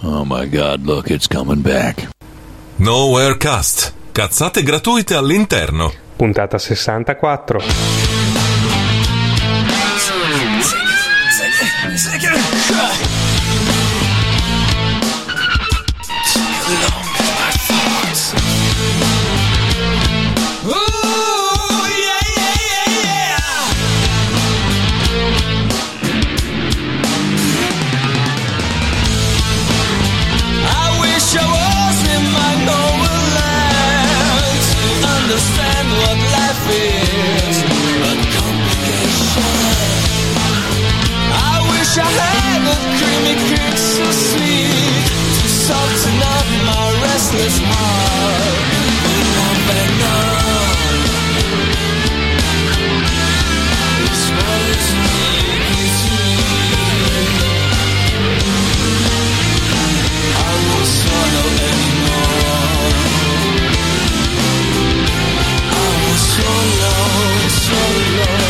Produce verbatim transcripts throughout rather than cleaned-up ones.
Oh my god, look, it's coming back. Nowherecast. Cazzate gratuite all'interno. Puntata sessantaquattro. I had a creamy cake so sweet to soften up my restless heart. Love and love, it's what me, I won't swallow anymore. I won't swallow, swallow.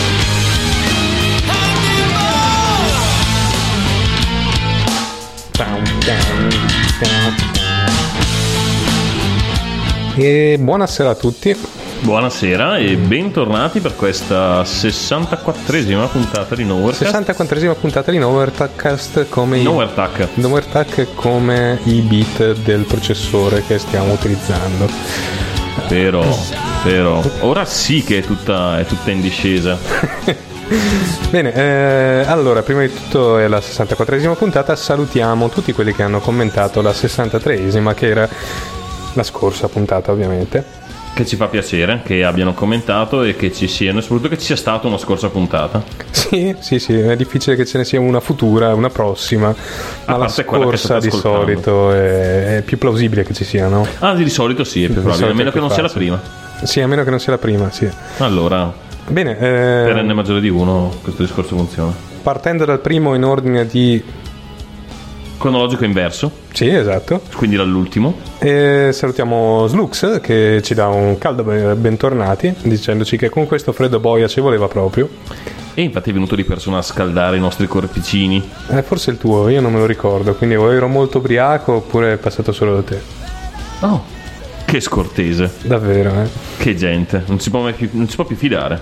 E buonasera a tutti. Buonasera e bentornati per questa sessantaquattresima puntata di Nowherecast. sessantaquattresima puntata di Nowherecast come Nowheretech. Nowheretech come i bit del processore che stiamo utilizzando. Vero, vero. Ora sì che è tutta, è tutta in discesa. Bene, eh, allora prima di tutto è la sessantaquattresima puntata. Salutiamo tutti quelli che hanno commentato la sessantatreesima, che era la scorsa puntata, ovviamente. Che ci fa piacere che abbiano commentato e che ci siano, soprattutto che ci sia stata una scorsa puntata. Sì, sì, sì, è difficile che ce ne sia una futura, una prossima, ma la scorsa di solito è, è più plausibile che ci sia, no? Ah, di solito sì, è più probabile, a meno che non sia la prima. Sì, a meno che non sia la prima, sì. Allora, bene, eh, per n maggiore di uno questo discorso funziona. Partendo dal primo in ordine di cronologico inverso. Sì, esatto. Quindi dall'ultimo. E salutiamo Slux che ci dà un caldo bentornati, dicendoci che con questo freddo boia ci voleva proprio. E infatti è venuto di persona a scaldare i nostri corpicini. Eh, forse il tuo, io non me lo ricordo, quindi o ero molto ubriaco oppure è passato solo da te. Oh, che scortese. Davvero, eh. Che gente, non si può, mai più, non si può più fidare.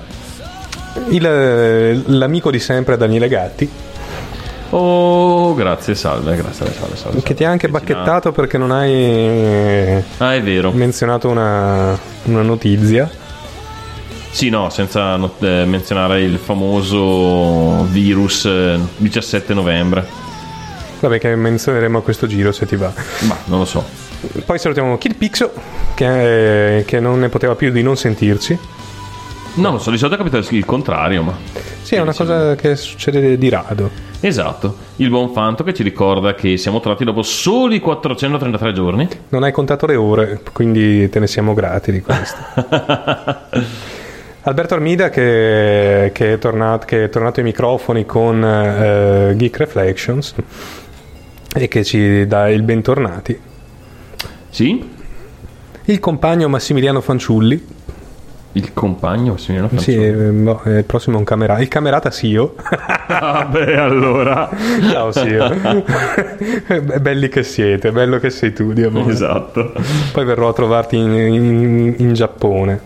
Il, l'amico di sempre Daniele Gatti. Oh, grazie, salve, grazie, salve, salve. Che ti ha anche bacchettato perché non hai ah, è vero. menzionato una, una notizia. Sì, no, senza not- eh, menzionare il famoso virus eh, diciassette novembre. Vabbè, che menzioneremo a questo giro se ti va. Ma non lo so. Poi salutiamo Kid Pixo che, che non ne poteva più di non sentirci. No, non so, di solito capita il contrario, ma sì, è una cosa che succede di rado. Esatto, il buon Fanto che ci ricorda che siamo tornati dopo soli quattrocentotrentatré giorni. Non hai contato le ore, quindi te ne siamo grati di questo. Alberto Armida che, che, è tornato, che è tornato ai microfoni con uh, Geek Reflections e che ci dà il bentornati. Sì? Il compagno Massimiliano Fanciulli. Il compagno Massimiliano Fanciulli? Sì, no, il prossimo è un camerata. Il camerata Sio. Ah, beh, allora. Ciao Sio. Belli che siete, bello che sei tu, Dio. Esatto. Poi verrò a trovarti in, in, in Giappone.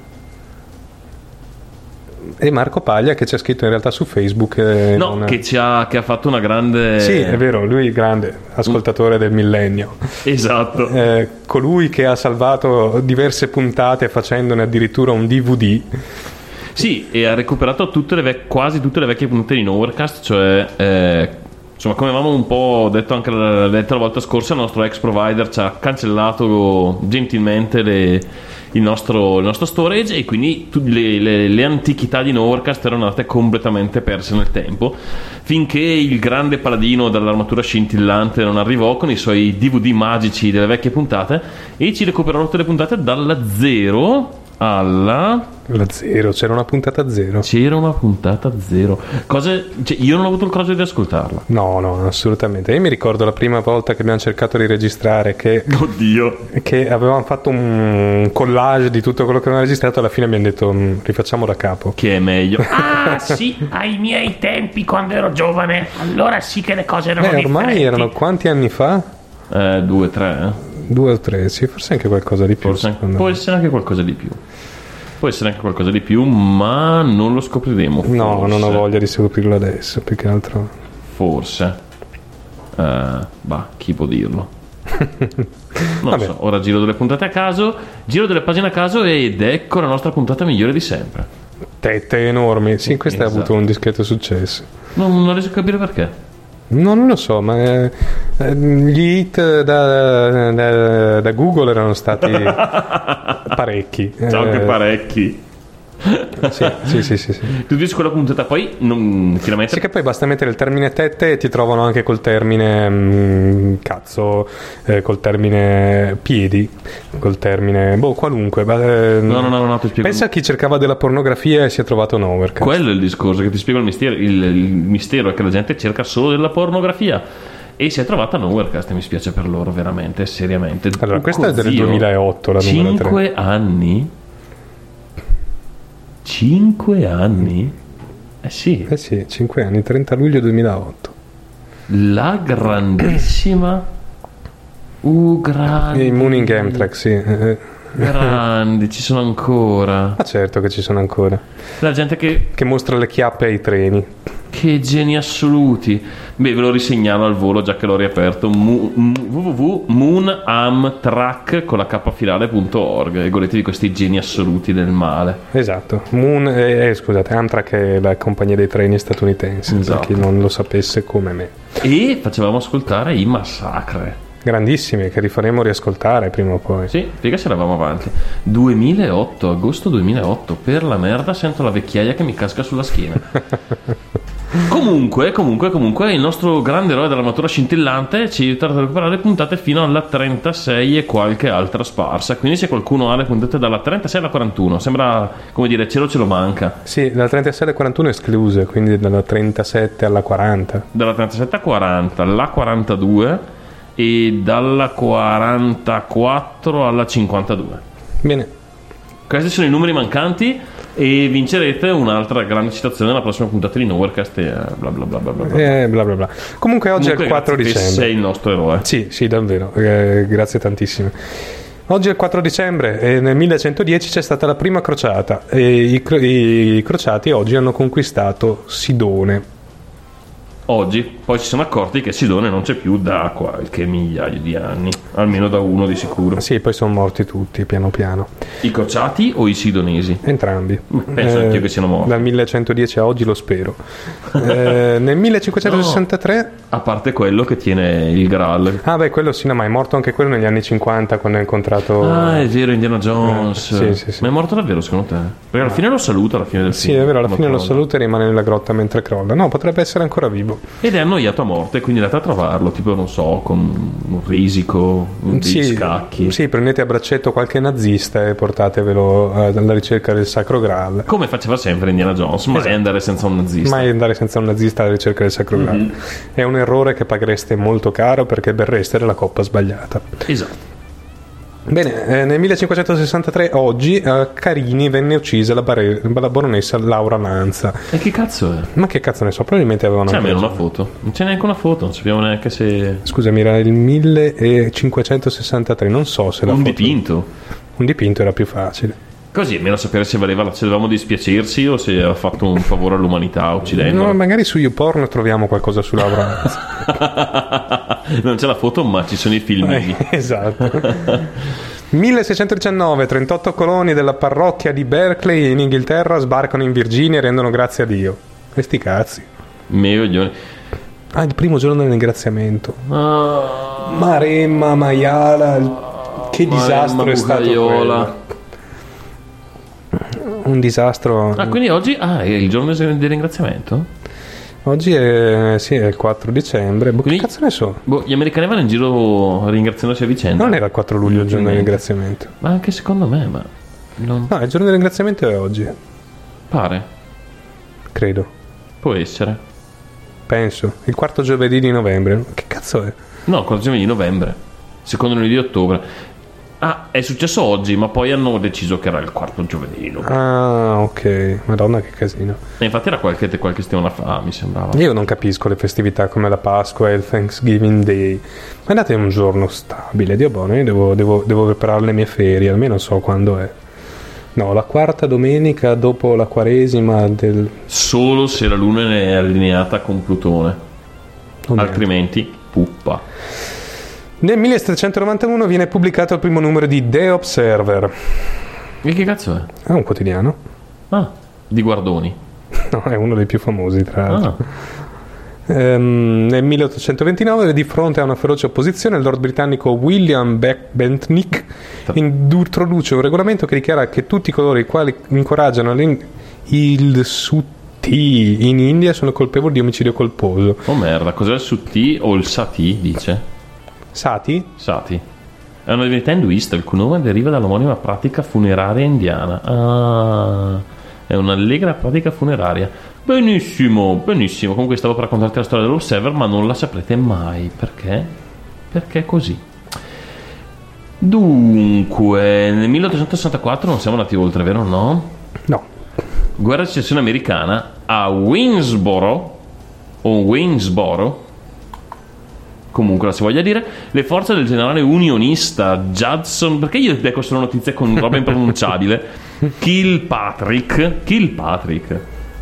E Marco Paglia che ci ha scritto in realtà su Facebook eh, no, una... che, ci ha, che ha fatto una grande... Sì, è vero, lui è grande ascoltatore mm. del millennio. Esatto. Eh, colui che ha salvato diverse puntate facendone addirittura un D V D. Sì, e ha recuperato tutte le vec- quasi tutte le vecchie puntate di Nowherecast, cioè... Eh, insomma, come avevamo un po' detto anche la, detto la volta scorsa, il nostro ex provider ci ha cancellato gentilmente le... Il nostro, il nostro storage, e quindi le, le, le antichità di Nowherecast erano andate completamente perse nel tempo, finché il grande paladino dall'armatura scintillante non arrivò con i suoi D V D magici delle vecchie puntate e ci recuperò tutte le puntate dalla zero alla... La zero, c'era una puntata zero. C'era una puntata zero. Cose, cioè, io non ho avuto il coraggio di ascoltarla. No, no, assolutamente. Io mi ricordo la prima volta che abbiamo cercato di registrare che... Oddio. Che avevamo fatto un collage di tutto quello che avevamo registrato. Alla fine abbiamo detto rifacciamo da capo. Che è meglio. Ah sì, ai miei tempi quando ero giovane. Allora sì che le cose erano eh, ormai differenti. erano quanti anni fa? Eh, due, tre, eh? Due o tre, sì, forse anche qualcosa di più. Forse anche, secondo può me. essere anche qualcosa di più. Può essere anche qualcosa di più, ma non lo scopriremo. No, forse. non ho voglia di scoprirlo adesso, più che altro. Forse. Eh, bah, chi può dirlo? Non Vabbè. so, ora giro delle puntate a caso, giro delle pagine a caso ed ecco la nostra puntata migliore di sempre. Tette enormi, sì, questa ha Esatto. avuto un discreto successo. Non, non riesco a capire perché. No, non lo so, ma eh, eh, gli hit da, da- da Google erano stati parecchi. Ciao, che Eh, parecchi. Sì, sì, sì, sì, sì. Tu dici quella puntata, poi non, finalmente Sì, che poi basta mettere il termine tette e ti trovano anche col termine mm, cazzo, eh, col termine piedi, col termine boh, qualunque. ma, eh, No, no, no, no, ti spiego. Pensa a chi cercava della pornografia e si è trovato un overcast. Quello è il discorso che ti spiego il mistero. Il, il mistero è che la gente cerca solo della pornografia e si è trovata Nowherecast e mi spiace per loro, veramente, seriamente. Allora, questa è del Zio, duemilaotto, la numero tre. cinque anni? cinque anni? Eh sì, Eh sì, cinque anni, trenta luglio duemilaotto. la grandissima Uh, grandi. I Mooning Amtrak, sì. Eh, Grandi, ci sono ancora. Ma certo che ci sono ancora. La gente che Che mostra le chiappe ai treni. Che geni assoluti. Beh, ve lo risegnalo al volo già che l'ho riaperto. Mu- mu- w w w punto moonamtrak con la k finale punto org e godetevi questi geni assoluti del male. Esatto. Moon, eh, eh, scusate, Amtrak è la compagnia dei treni statunitense, Esatto. per chi non lo sapesse come me. E facevamo ascoltare i Massacre. Grandissimi, che rifaremo riascoltare prima o poi. Sì, figa se eravamo avanti. duemilaotto, agosto duemilaotto. Per la merda sento la vecchiaia che mi casca sulla schiena. Comunque, comunque, comunque, il nostro grande eroe dell'armatura scintillante ci aiuta a recuperare le puntate fino alla trentasei e qualche altra sparsa. Quindi se qualcuno ha le puntate dalla trentasei alla quarantuno, sembra, come dire, cielo ce lo manca. Sì, dalla trentasei alla quarantuno escluse, quindi dalla trentasette alla quaranta. Dalla trentasette alla quaranta, alla quarantadue e dalla quarantaquattro alla cinquantadue. Bene. Questi sono i numeri mancanti e vincerete un'altra grande citazione nella prossima puntata di Nowherecast e bla bla bla bla bla. Eh, bla bla bla. Comunque oggi Comunque, è il quattro grazie che dicembre. sei il nostro eroe. Sì, sì, davvero, eh, grazie tantissimo. Oggi è il quattro dicembre e nel millecentodieci c'è stata la prima crociata e i, cro- i crociati oggi hanno conquistato Sidone. Oggi poi si sono accorti che Sidone non c'è più da qualche migliaio di anni, almeno da uno di sicuro. Sì, poi sono morti tutti piano piano, I crociati o i sidonesi? entrambi. Penso anch'io che siano morti. Dal millecentodieci a oggi lo spero. Eh, nel millecinquecentosessantatré... A parte quello che tiene il Graal. Ah beh, quello sì, no, ma è morto anche quello negli anni cinquanta quando ha incontrato... Ah, è vero, Indiana Jones. Eh, sì, sì, sì. Ma è morto davvero secondo te? Perché alla fine lo saluta alla fine del Sì, film. è vero, alla Ma fine lo crolla. saluta e rimane nella grotta mentre crolla. No, potrebbe essere ancora vivo. Ed è annoiato a morte, quindi andate a trovarlo, tipo, non so, con un risico, dei Sì, scacchi. sì, prendete a braccetto qualche nazista e portatevelo eh, alla ricerca del Sacro Graal. Come faceva sempre Indiana Jones, ma Esatto. è andare senza un nazista. Mai andare senza un nazista alla ricerca del Sacro Graal. Mm-hmm. È un errore che paghereste molto caro perché berreste la coppa sbagliata. Esatto. Bene, eh, nel millecinquecentosessantatré oggi a Carini venne uccisa la, bare- la baronessa Laura Lanza. E che cazzo è? Ma che cazzo ne so, probabilmente avevano... C'è anche- almeno una foto. Non c'è neanche una foto, non sappiamo neanche se... Scusami, era il millecinquecentosessantatré, non so se la Un foto- dipinto. Un dipinto era più facile. Così, almeno sapere se valeva, se dovevamo dispiacersi o se ha fatto un favore all'umanità uccidendo. No, magari su YouPorn troviamo qualcosa su Laura Lanza. Non c'è la foto, ma ci sono i filmini. Eh, esatto. milleseicentodiciannove, trentotto coloni della parrocchia di Berkeley in Inghilterra sbarcano in Virginia e rendono grazie a Dio. E sti cazzi. Miei coglioni. Ah, il primo giorno del ringraziamento. Ah, Maremma, maiala, che disastro Maremma è stato Bucaiola. quello. Un disastro. Ah, quindi oggi ah, è il giorno del ringraziamento? Oggi è, sì, è il quattro dicembre. Boh, che Quindi- cazzo ne so? Boh, gli americani vanno in giro ringraziandosi a vicenda. Non era il quattro luglio il giorno del Ovviamente. ringraziamento. Ma anche secondo me, ma non No, il giorno del ringraziamento è oggi, pare. credo. Può essere. Penso. Il quarto giovedì di novembre. Che cazzo è? No, quattro giorni di novembre. Secondo lunedì di ottobre. Ah, è successo oggi, ma poi hanno deciso che era il quarto giovedì. No? Ah, ok. Madonna, che casino. E infatti era qualche, qualche settimana fa, mi sembrava. Io non capisco le festività come la Pasqua e il Thanksgiving Day. Ma date un giorno stabile, Dio buono, io devo, devo, devo preparare le mie ferie, almeno so quando è. No, la quarta domenica dopo la Quaresima del... Solo se la luna è allineata con Plutone. Oh, altrimenti, puppa. Nel millesettecentonovantuno viene pubblicato il primo numero di The Observer. E che cazzo è? È un quotidiano. Ah, di Guardoni. No, è uno dei più famosi, tra l'altro. Ah. Ehm, nel milleottocentoventinove, di fronte a una feroce opposizione, il lord britannico William Beck Bentinck introduce un regolamento che dichiara che tutti coloro i quali incoraggiano l'in- il Sutti in India sono colpevoli di omicidio colposo. Oh merda, cos'è il Sutti o il Sati, dice? Sati? Sati. È una divinità induista, il cui nome deriva dall'omonima pratica funeraria indiana. Ah, è un'allegra pratica funeraria. Benissimo, benissimo. Comunque stavo per raccontarti la storia dell'Observer, ma non la saprete mai. Perché? Perché è così. Dunque, nel milleottocentosessantaquattro non siamo andati oltre, vero no? No. Guerra di secessione americana a Waynesboro, o Waynesboro, comunque la si voglia dire, le forze del generale unionista Judson, perché io becco solo notizie con roba impronunciabile, Kilpatrick Kilpatrick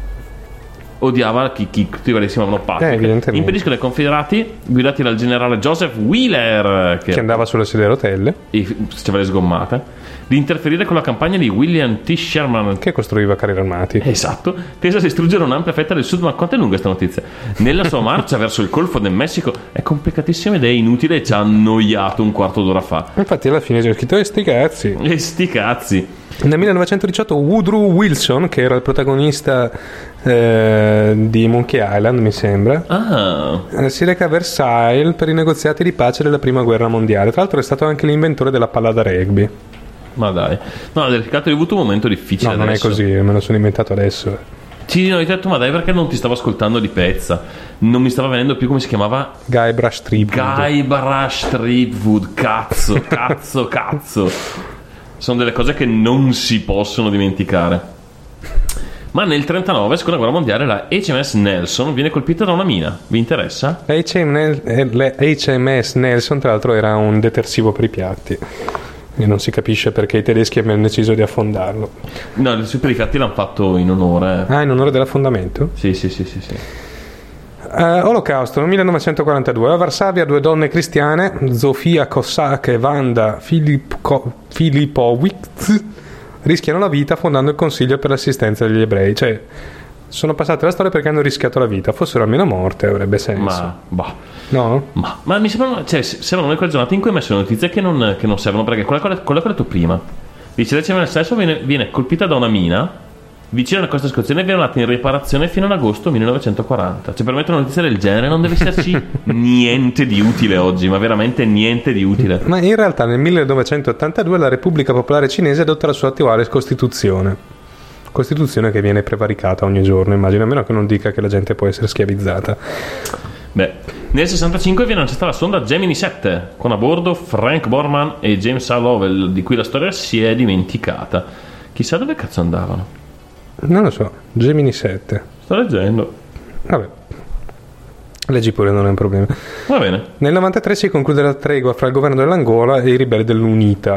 odiava chi, chi tutti quelli si chiamavano Patrick, eh, impediscono ai confederati guidati dal generale Joseph Wheeler che, che andava sulle sedie a rotelle e faceva le sgommate, di interferire con la campagna di William T. Sherman, che costruiva carri armati. Esatto, tesa a distruggere un'ampia fetta del sud. Ma quanto è lunga questa notizia? Nella sua marcia verso il Golfo del Messico è complicatissima ed è inutile, ci ha annoiato un quarto d'ora fa. Infatti alla fine c'è scritto e sti cazzi. E sti cazzi. Nel millenovecentodiciotto Woodrow Wilson, che era il protagonista eh, di Monkey Island, mi sembra, ah. eh, si reca a Versailles per i negoziati di pace della prima guerra mondiale. Tra l'altro è stato anche l'inventore della palla da rugby. Ma dai, no, del caso hai avuto un momento difficile. No, non adesso. è così, me lo sono inventato adesso. Sì, no, hai detto, ma dai, perché non ti stavo ascoltando di pezza? Non mi stava venendo più, come si chiamava? Guybrush Threepwood. Guybrush Threepwood, cazzo, cazzo, cazzo. Sono delle cose che non si possono dimenticare. Ma nel trentanove, seconda guerra mondiale, la H M S Nelson viene colpita da una mina. Vi interessa? La H M S Nelson, tra l'altro, era un detersivo per i piatti. E non si capisce perché i tedeschi abbiano deciso di affondarlo. No, i super piatti l'hanno fatto in onore. Ah, in onore dell'affondamento? Sì, sì, sì, sì, sì. Uh, Olocausto, nel millenovecentoquarantadue, a Varsavia due donne cristiane, Zofia Kossak e Wanda Filipko- Filipowicz, rischiano la vita fondando il Consiglio per l'assistenza degli ebrei. Cioè, sono passate la storia perché hanno rischiato la vita. Fossero almeno morte, avrebbe senso. Ma, bah. No? Ma, ma mi sembrano, cioè, sembrano le quelle giornate in cui hai messo le notizie che non, che non servono, perché quella, quella, quella che ho detto prima. Dice, l'H M S Nelson viene, viene colpita da una mina vicino alla costa scozzese e viene andata in riparazione fino ad agosto millenovecentoquaranta. Cioè, per mettere una notizia del genere non deve esserci niente di utile oggi, ma veramente niente di utile. Ma in realtà nel millenovecentottantadue la Repubblica Popolare Cinese adotta la sua attuale Costituzione. Costituzione che viene prevaricata ogni giorno, immagino, a meno che non dica che la gente può essere schiavizzata. Beh, nel sessantacinque viene lanciata la sonda Gemini sette, con a bordo Frank Borman e James A. Lovell, di cui la storia si è dimenticata. Chissà dove cazzo andavano. Non lo so, Gemini sette. Sto leggendo. Vabbè. Leggi pure, non è un problema. Va bene. Nel novantatré si conclude la tregua fra il governo dell'Angola e i ribelli dell'UNITA.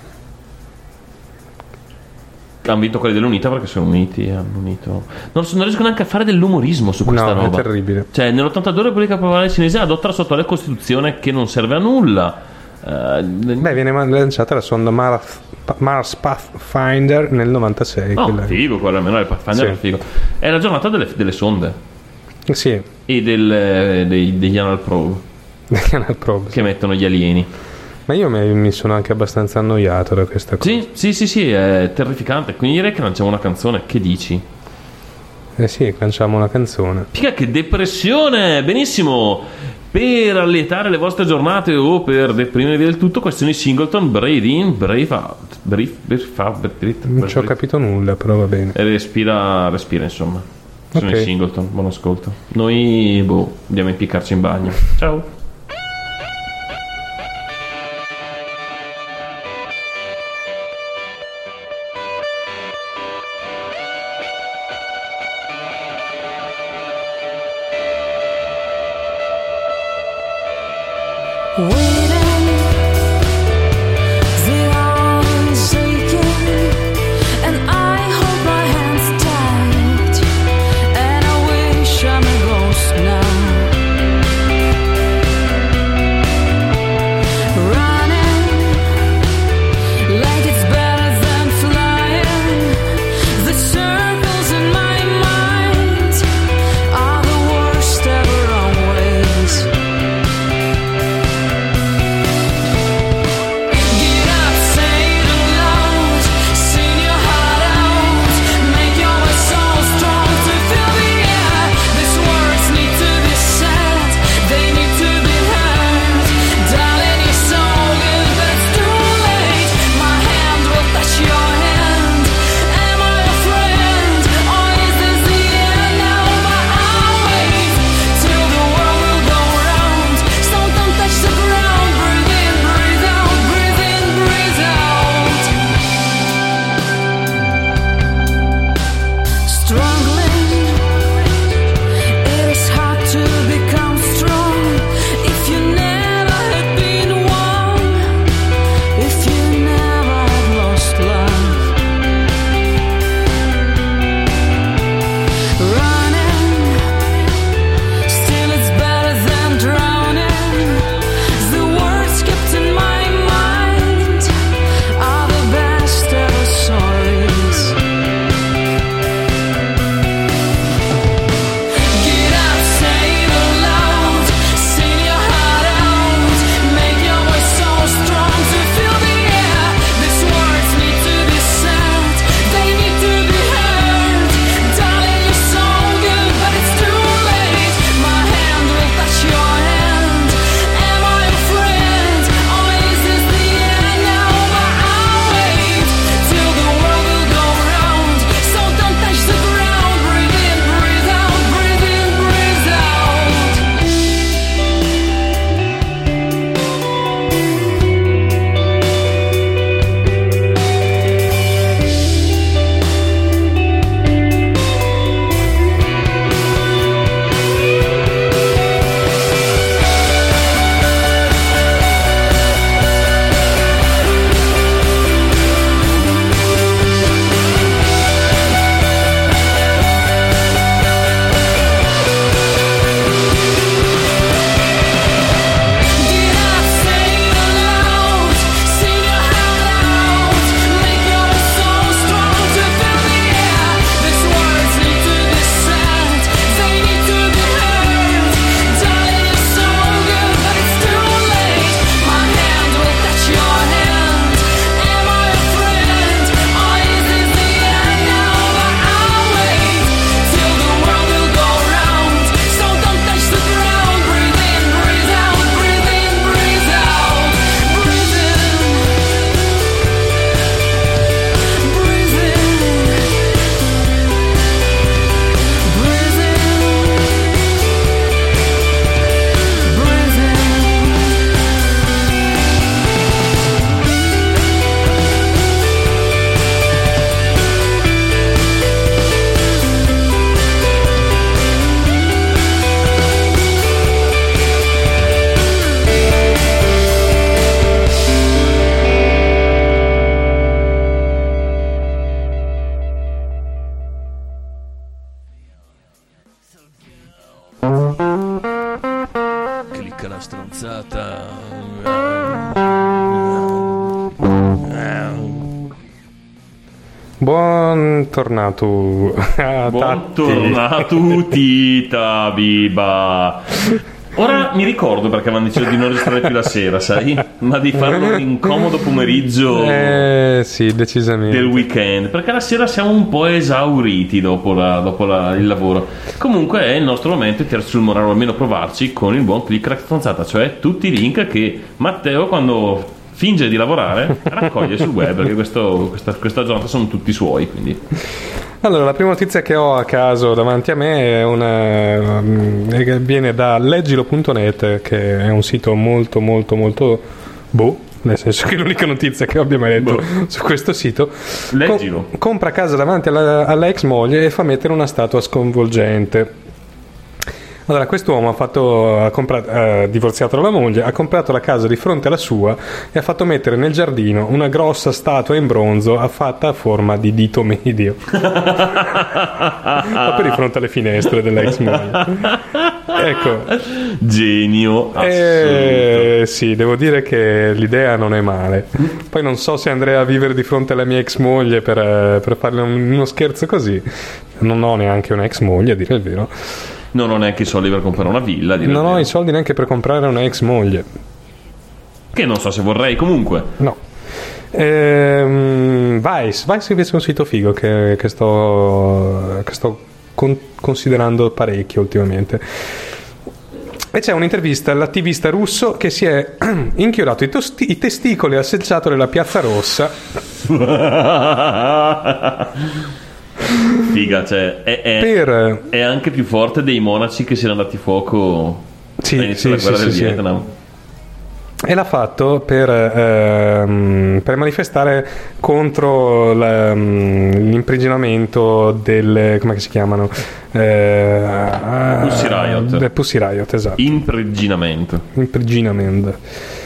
Hanno vinto quelli dell'UNITA perché sono uniti, hanno unito. Non, so, non riesco neanche a fare dell'umorismo su questa no, roba. È terribile. Cioè, nell'ottantadue la Repubblica Popolare Cinese adotta la sua attuale Costituzione che non serve a nulla. Uh, Beh, viene lanciata la sonda Mars, Mars Pathfinder nel novantasei. No, quella. figo, quello almeno il Pathfinder Sì. è figo. È la giornata delle, delle sonde. Sì. E del, dei, degli Anal Probe. Probe, che sì. mettono gli alieni. Ma io mi, mi sono anche abbastanza annoiato da questa cosa. Sì, sì, sì, sì, è terrificante. Quindi direi che lanciamo una canzone. Che dici? Eh sì, lanciamo una canzone. Figa, che depressione! Benissimo! Per allietare le vostre giornate o per deprimervi del tutto, questioni Singleton, Brady, Braveheart, Brief, Braveheart, Non ci ho capito nulla, però va bene. E respira, respira insomma. Sono Ok. in Singleton, buon ascolto. Noi, boh, andiamo a impiccarci in bagno. Ciao! Buontornato a Buontornato Tita Biba. Ora mi ricordo perché avevano deciso di non registrare più la sera, sai? Ma di farlo un incomodo pomeriggio eh, sì, decisamente. del weekend, perché la sera siamo un po' esauriti dopo, la, dopo la, il lavoro. Comunque è il nostro momento di tirarci sul morale, o almeno provarci con il buon click crack stronzata, cioè tutti i link che Matteo, quando finge di lavorare, raccoglie sul web, perché questo, questa, questa giornata sono tutti suoi, quindi... Allora, la prima notizia che ho a caso davanti a me è una che viene da leggilo punto net, che è un sito molto molto molto boh, nel senso che è l'unica notizia che abbia mai letto boh. su questo sito. Leggilo. Com- compra casa davanti alla, alla ex moglie e fa mettere una statua sconvolgente. Allora, quest'uomo ha fatto ha comprato, ha divorziato dalla moglie, ha comprato la casa di fronte alla sua e ha fatto mettere nel giardino una grossa statua in bronzo fatta a forma di dito medio proprio di fronte alle finestre dell'ex moglie. Ecco, genio assoluto. Eh, sì, devo dire che l'idea non è male. Poi non so se andrei a vivere di fronte alla mia ex moglie per, per farle un, uno scherzo così. Non ho neanche un'ex moglie, a dire il vero. Non ho neanche i soldi per comprare una villa. Non ho i soldi neanche per comprare una ex moglie. Che non so se vorrei, comunque. No. Ehm, Vice. Vice invece è un sito figo che, che sto, che sto con, considerando parecchio ultimamente. E c'è un'intervista all'attivista russo che si è inchiodato i, tosti, i testicoli al selciato della Piazza Rossa. Figa, cioè è, è, per... è anche più forte dei monaci che si erano dati fuoco sì, all'inizio sì, della guerra sì, del sì, Vietnam. E l'ha fatto per, ehm, per manifestare contro la, l'imprigionamento del, come si chiamano? Eh, Pussy Riot. Del Pussy Riot, esatto. Imprigionamento. Imprigionamento.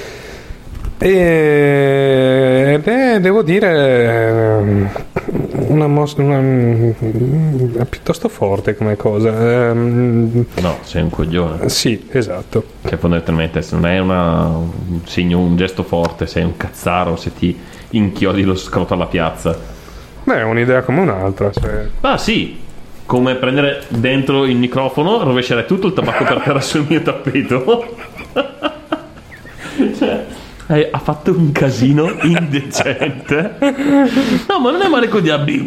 E, ed è, devo dire, una mossa una, una, piuttosto forte come cosa. No, sei un coglione. Sì, esatto. Cioè, fondamentalmente non è una, un segno, un gesto forte, sei un cazzaro se ti inchiodi lo scroto alla piazza. Beh, è un'idea come un'altra. Cioè. Ah sì, come prendere dentro il microfono, rovesciare tutto il tabacco per terra sul mio tappeto. Cioè, eh, ha fatto un casino indecente. No, ma non è male con diabli.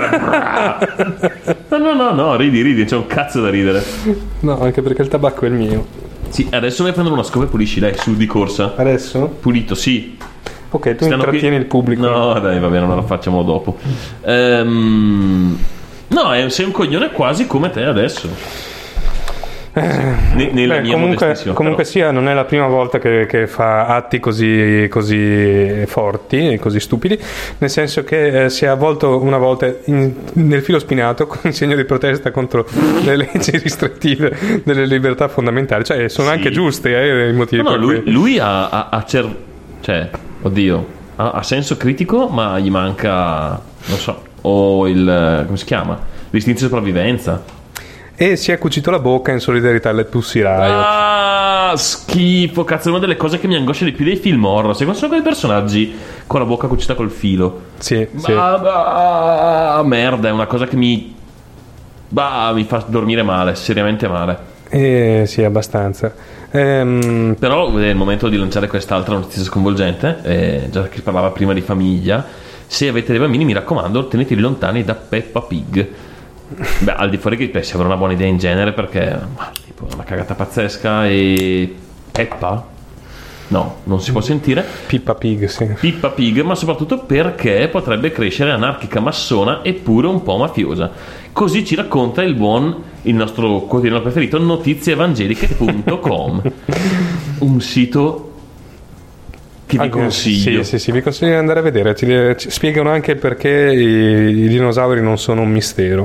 No, no, no, no, ridi, ridi, c'è un cazzo da ridere. No, anche perché il tabacco è il mio. Sì, adesso vai a prendere una scopa e pulisci, dai, su di corsa. Adesso? Pulito, sì. Ok, tu Stanno intrattieni qui... il pubblico. No, dai, va bene, non lo facciamo dopo. Ehm... No, è, sei un coglione quasi come te adesso. Eh, N- nella beh, mia comunque, comunque però. sia, non è la prima volta che, che fa atti così, così forti e così stupidi, nel senso che eh, si è avvolto una volta in, nel filo spinato con il segno di protesta contro le leggi restrittive delle libertà fondamentali, cioè sono Sì. anche giuste eh, i motivi No, no, per lui, cui lui ha, ha, ha cer- cioè, oddio, ha, ha senso critico, ma gli manca, non so, o il, come si chiama? L'istinto di sopravvivenza. e si è cucito la bocca in solidarietà alle Pussy Riot. Ah, schifo, cazzo, è una delle cose che mi angoscia di più dei film horror. Secondo sono quei personaggi con la bocca cucita col filo. Sì, sì. Bah, bah, merda, è una cosa che mi bah, mi fa dormire male, seriamente male. Eh, sì, abbastanza. Ehm... Però è il momento di lanciare quest'altra notizia sconvolgente, eh, già che si parlava prima di famiglia. Se avete dei bambini, mi raccomando, teneteli lontani da Peppa Pig. Beh, al di fuori che beh, sembra una buona idea in genere, perché ma, tipo, una cagata pazzesca. E Peppa? No, non si può sentire. Pippa Pig, sì. Pippa Pig, ma soprattutto perché potrebbe crescere anarchica, massona e pure un po' mafiosa. Così ci racconta il buon, il nostro quotidiano preferito, notizie evangeliche punto com. Un sito che vi Anche, consiglio. Sì, sì, sì, vi consiglio di andare a vedere. Ci, ci spiegano anche perché i, i dinosauri non sono un mistero.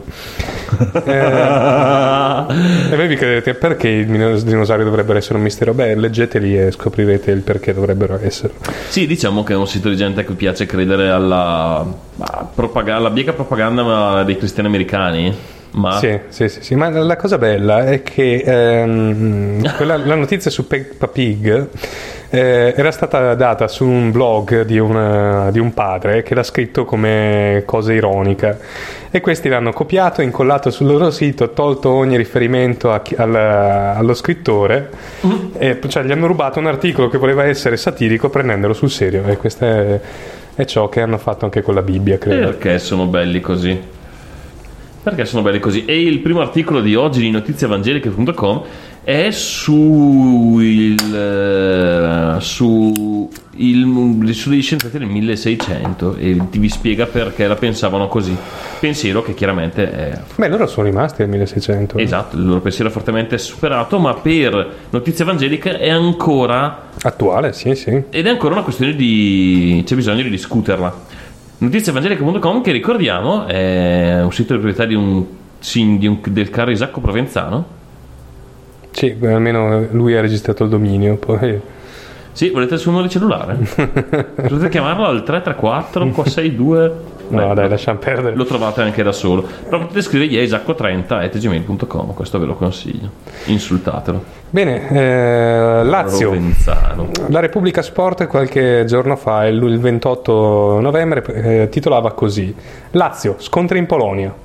eh, e voi vi credete perché i dinosauri dovrebbero essere un mistero? Beh, leggeteli e scoprirete il perché dovrebbero essere. Sì, diciamo che è un sito di gente a cui piace credere alla, propaganda, alla bieca propaganda dei cristiani americani. Ma... Sì, sì, sì, sì, ma la cosa bella è che ehm, quella, la notizia su Peppa Pig eh, era stata data su un blog di, una, di un padre che l'ha scritto come cosa ironica, e questi l'hanno copiato, incollato sul loro sito, tolto ogni riferimento a chi, al, allo scrittore, mm. e cioè gli hanno rubato un articolo che voleva essere satirico prendendolo sul serio, e questo è, è ciò che hanno fatto anche con la Bibbia, credo. Perché sono belli così? Perché sono belli così? E il primo articolo di oggi di notiziavangeliche punto com è su il, uh, su il, sugli scienziati del milleseicento, e ti vi spiega perché la pensavano così. Pensiero che chiaramente è... Beh, loro sono rimasti nel milleseicento. Esatto, il loro pensiero è fortemente superato, ma per Notizie Evangeliche è ancora... attuale, sì, sì. Ed è ancora una questione di... c'è bisogno di discuterla. notizie evangeliche punto com, che ricordiamo è un sito di proprietà di un, di un del caro Isacco Provenzano. Sì, almeno lui ha registrato il dominio, poi... Sì, volete il suo numero di cellulare? Potete chiamarlo al tre tre quattro sei due. No, Beh, dai, lasciamo perdere. Lo trovate anche da solo. Però potete scrivergli a isacco trenta chiocciola gmail punto com, questo ve lo consiglio. Insultatelo. Bene, eh, Lazio. Provenzano. La Repubblica Sport qualche giorno fa, il, il ventotto novembre, eh, titolava così: Lazio, scontri in Polonia.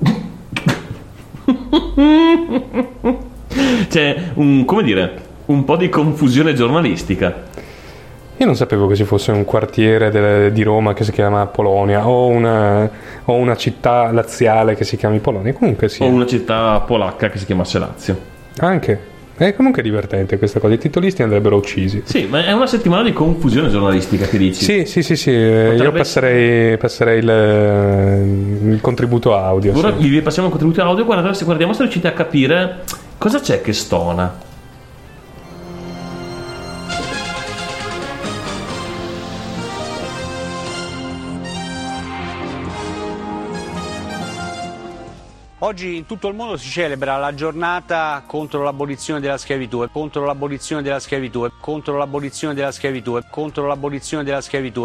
C'è un, come dire, un po' di confusione giornalistica. Io non sapevo che ci fosse un quartiere de, di Roma che si chiama Polonia, o una, o una città laziale che si chiami Polonia. Comunque sì. O una città polacca che si chiamasse Lazio. Anche. È comunque divertente questa cosa. I titolisti andrebbero uccisi. Sì, ma è una settimana di confusione giornalistica, che dici? Sì, sì, sì, sì. Potrebbe... Io passerei, passerei il, il contributo audio. Ora sì. vi passiamo un contributo audio. Guarda, se guardiamo se riuscite a capire cosa c'è che stona. Oggi in tutto il mondo si celebra la giornata contro l'abolizione della schiavitù, contro l'abolizione della schiavitù, contro l'abolizione della schiavitù, contro l'abolizione della schiavitù.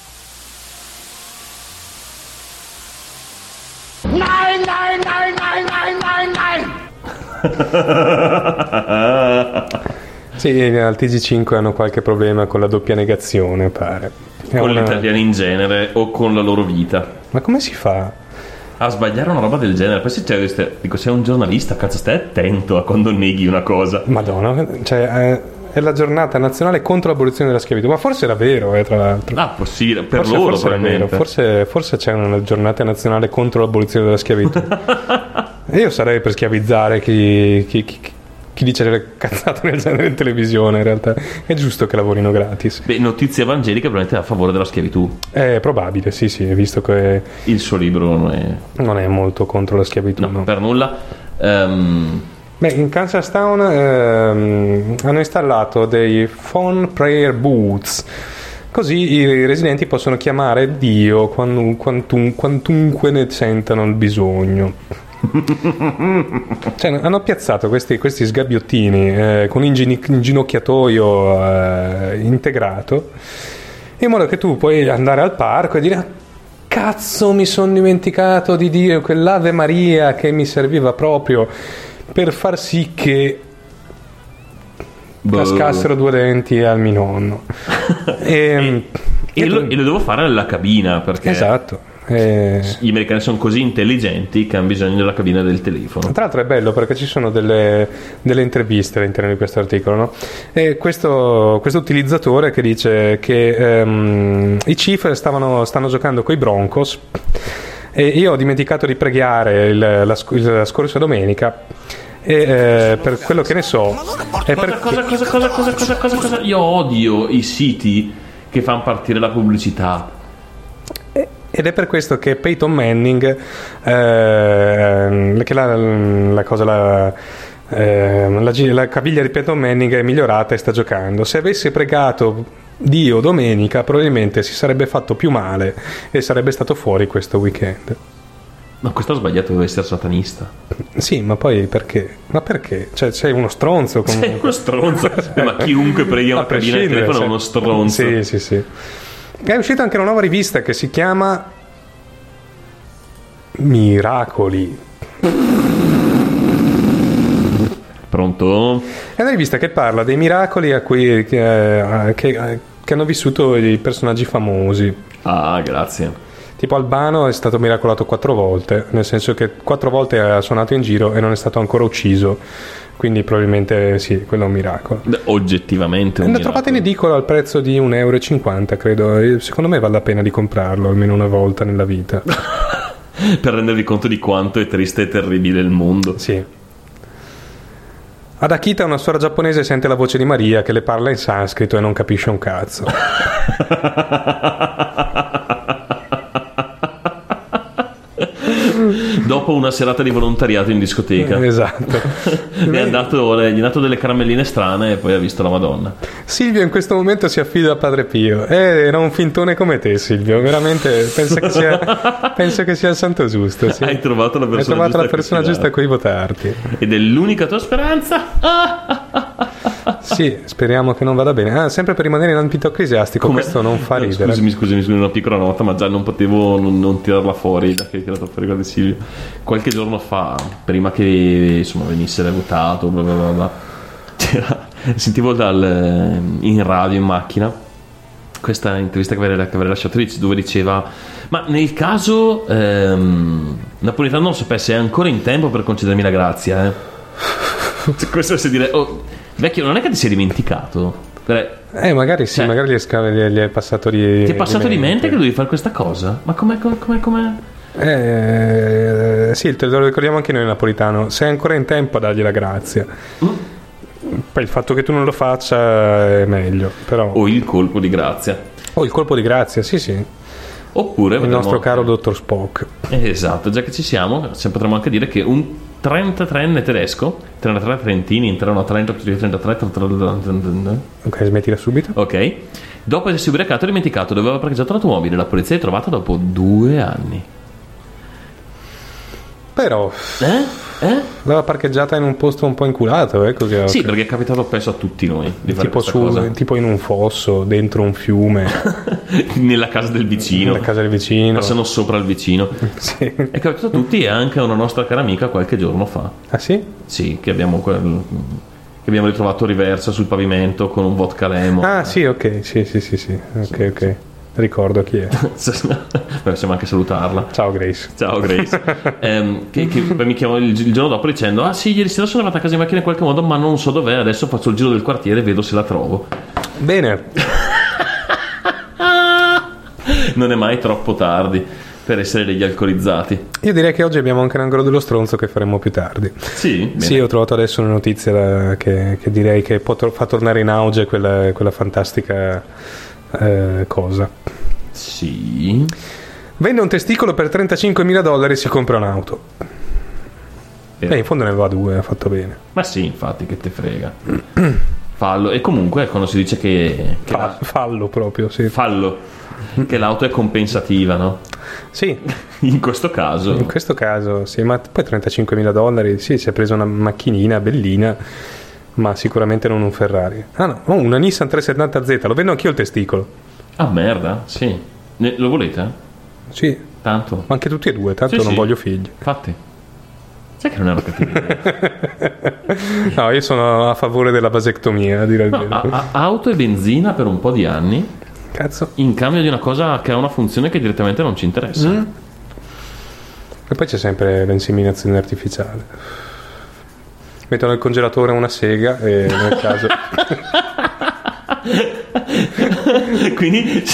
Nein, nein, nein, nein, nein, nein, nein! Sì, al T G cinque hanno qualche problema con la doppia negazione, pare. È Con una... gli italiani in genere o con la loro vita. Ma come si fa? A sbagliare una roba del genere. Poi se c'è, queste, dico, sei un giornalista, cazzo, stai attento a quando neghi una cosa. Madonna, cioè è la giornata nazionale contro l'abolizione della schiavitù, ma forse era vero, eh, tra l'altro. Ah, possibile, per forse, loro forse era vero. probabilmente. Forse, forse c'è una giornata nazionale contro l'abolizione della schiavitù. E io sarei per schiavizzare chi, chi, chi, chi dice delle cazzate del genere in televisione. In realtà è giusto che lavorino gratis. Beh, Notizie Evangeliche probabilmente è a favore della schiavitù. È probabile, sì, sì, visto che Il suo libro non è, non è molto contro la schiavitù. no, no. per nulla. Ehm, Beh, in Kansas Town ehm, hanno installato dei phone prayer booths, così i residenti possono chiamare Dio quando, quantum, quantunque ne sentano il bisogno. Cioè, hanno piazzato questi, questi sgabbiottini eh, con un inginocchiatoio eh, integrato, in modo che tu puoi andare al parco e dire: cazzo, mi sono dimenticato di dire quell'Ave Maria che mi serviva proprio per far sì che boh. cascassero due denti al mio nonno. e, e, lo, e lo devo fare nella cabina, perché esatto. E... gli americani sono così intelligenti che hanno bisogno della cabina del telefono. Tra l'altro è bello perché ci sono delle, delle interviste all'interno di questo articolo, no? E questo, questo utilizzatore che dice che um, i Chiefs stavano, stanno giocando coi Broncos e io ho dimenticato di pregare il, la, la scorsa domenica e eh, per quello che ne so è per... cosa, cosa, cosa, cosa, cosa, cosa, cosa io odio i siti che fanno partire la pubblicità. Ed è per questo che Peyton Manning, eh, che la, la cosa, la, eh, la, la caviglia di Peyton Manning è migliorata e sta giocando. Se avesse pregato Dio domenica, probabilmente si sarebbe fatto più male e sarebbe stato fuori questo weekend. Ma questo ha sbagliato, deve essere satanista. Sì, ma poi perché? Ma perché? Cioè, sei uno stronzo comunque. Sei uno stronzo. Eh, ma chiunque preghi una cabina di telefono è uno stronzo. Sì, sì, sì. È uscita anche una nuova rivista che si chiama Miracoli. Pronto? È una rivista che parla dei miracoli a cui che, che, che hanno vissuto i personaggi famosi. Ah, grazie. Tipo Albano è stato miracolato quattro volte, nel senso che quattro volte ha suonato in giro e non è stato ancora ucciso, quindi probabilmente sì, quello è un miracolo. Oggettivamente un L'ho miracolo. trovato in edicola al prezzo di un euro e cinquanta, credo, e secondo me vale la pena di comprarlo almeno una volta nella vita. Per rendervi conto di quanto è triste e terribile il mondo. Sì. Ad Akita una suora giapponese sente la voce di Maria che le parla in sanscrito e non capisce un cazzo. Dopo una serata di volontariato in discoteca. Esatto. gli, è dato, gli è dato delle caramelline strane e poi ha visto la Madonna. Silvio in questo momento si affida a Padre Pio. Eh, era un fintone come te, Silvio. Veramente penso che sia, penso che sia il santo giusto. Sì. Hai trovato la persona Hai trovato giusta la persona a cui giusta a cui votarti. Ed è l'unica tua speranza? Sì, speriamo che non vada bene. Ah, sempre per rimanere in ambito ecclesiastico, Come? questo non fa No, ridere. Scusami, scusami, scusami, una piccola nota, ma già non potevo non, non tirarla fuori da che hai tirato fuori quella di Silvio. Qualche giorno fa, prima che insomma venisse votato, bla bla bla, bla, c'era, sentivo dal, in radio, in macchina, questa intervista che aveva, che aveva lasciato lì, dove diceva: ma nel caso ehm, Napolitano non sapesse, è ancora in tempo per concedermi la grazia, eh? Questo si dire, oh, vecchio, non è che ti sei dimenticato? Eh, magari sì, cioè, magari gli è, sca- gli è- gli è passato di ti è passato di mente che dovevi fare questa cosa? Ma com'è, com'è, com'è, com'è? Eh, sì, te lo ricordiamo anche noi Napolitano. Sei ancora in tempo a dargli la grazia. Mm? Poi il fatto che tu non lo faccia è meglio, però. O il colpo di grazia. Oh, il colpo di grazia, sì, sì. Oppure Il vedremo- nostro caro dottor Spock. Eh, esatto, già che ci siamo, se potremmo anche dire che un trentatreenne tedesco, trentatré trentini, entrano trenta, trentatré, trentatré, Ok, smettila subito. ok, dopo essersi ubriacato e dimenticato dove aveva parcheggiato l'automobile, la polizia l'ha trovata dopo due anni. Però Eh? Eh? l'aveva parcheggiata in un posto un po' inculato, eh, così. Sì, ok. perché è capitato spesso a tutti noi di fare tipo, questa su, cosa. tipo in un fosso, dentro un fiume, Nella casa del vicino, nella casa del vicino. passano sopra il vicino. Sì. È capitato a tutti e anche a una nostra cara amica qualche giorno fa. Ah sì? Sì, che abbiamo quel... che abbiamo ritrovato riversa sul pavimento con un vodka lemon. Ah sì, ok, sì, sì, sì, sì. Ok, ok. Ricordo chi è. Beh, possiamo anche salutarla. Ciao Grace. Ciao Grace. Ehm, che, che poi mi chiamò il, il giorno dopo dicendo: ah sì, ieri sera sono arrivata a casa in macchina in qualche modo, ma non so dov'è, adesso faccio il giro del quartiere e vedo se la trovo. Bene. Non è mai troppo tardi per essere degli alcolizzati. Io direi che oggi abbiamo anche un angolo dello stronzo che faremo più tardi. Sì, bene. Sì, ho trovato adesso una notizia da- che, che direi che può to- fa tornare in auge quella, quella fantastica eh, cosa. Sì. Vende un testicolo per trentacinquemila dollari e si compra un'auto. Eh. Beh, in fondo ne va due, ha fatto bene. Ma sì, infatti, che te frega. Fallo. E comunque quando si dice che, che Fa- la- fallo proprio, sì. fallo, che l'auto è compensativa, no? Sì, In questo caso in questo caso sì, ma poi trentacinquemila dollari, sì, si è preso una macchinina bellina, ma sicuramente non un Ferrari. Ah no, oh, una Nissan trecentosettanta Z, lo vendo anch'io il testicolo. Ah, merda, sì. Ne- lo volete? Sì, Tanto. ma anche tutti e due, tanto Sì, non sì. voglio figli. Infatti. Sai che non è una cattiva idea? No, io sono a favore della vasectomia, a dire il No, vero. a- a- auto e benzina per un po' di anni Cazzo. in cambio di una cosa che ha una funzione che direttamente non ci interessa. Mm. E poi c'è sempre l'inseminazione artificiale. Mettono nel congelatore una sega e nel caso... Quindi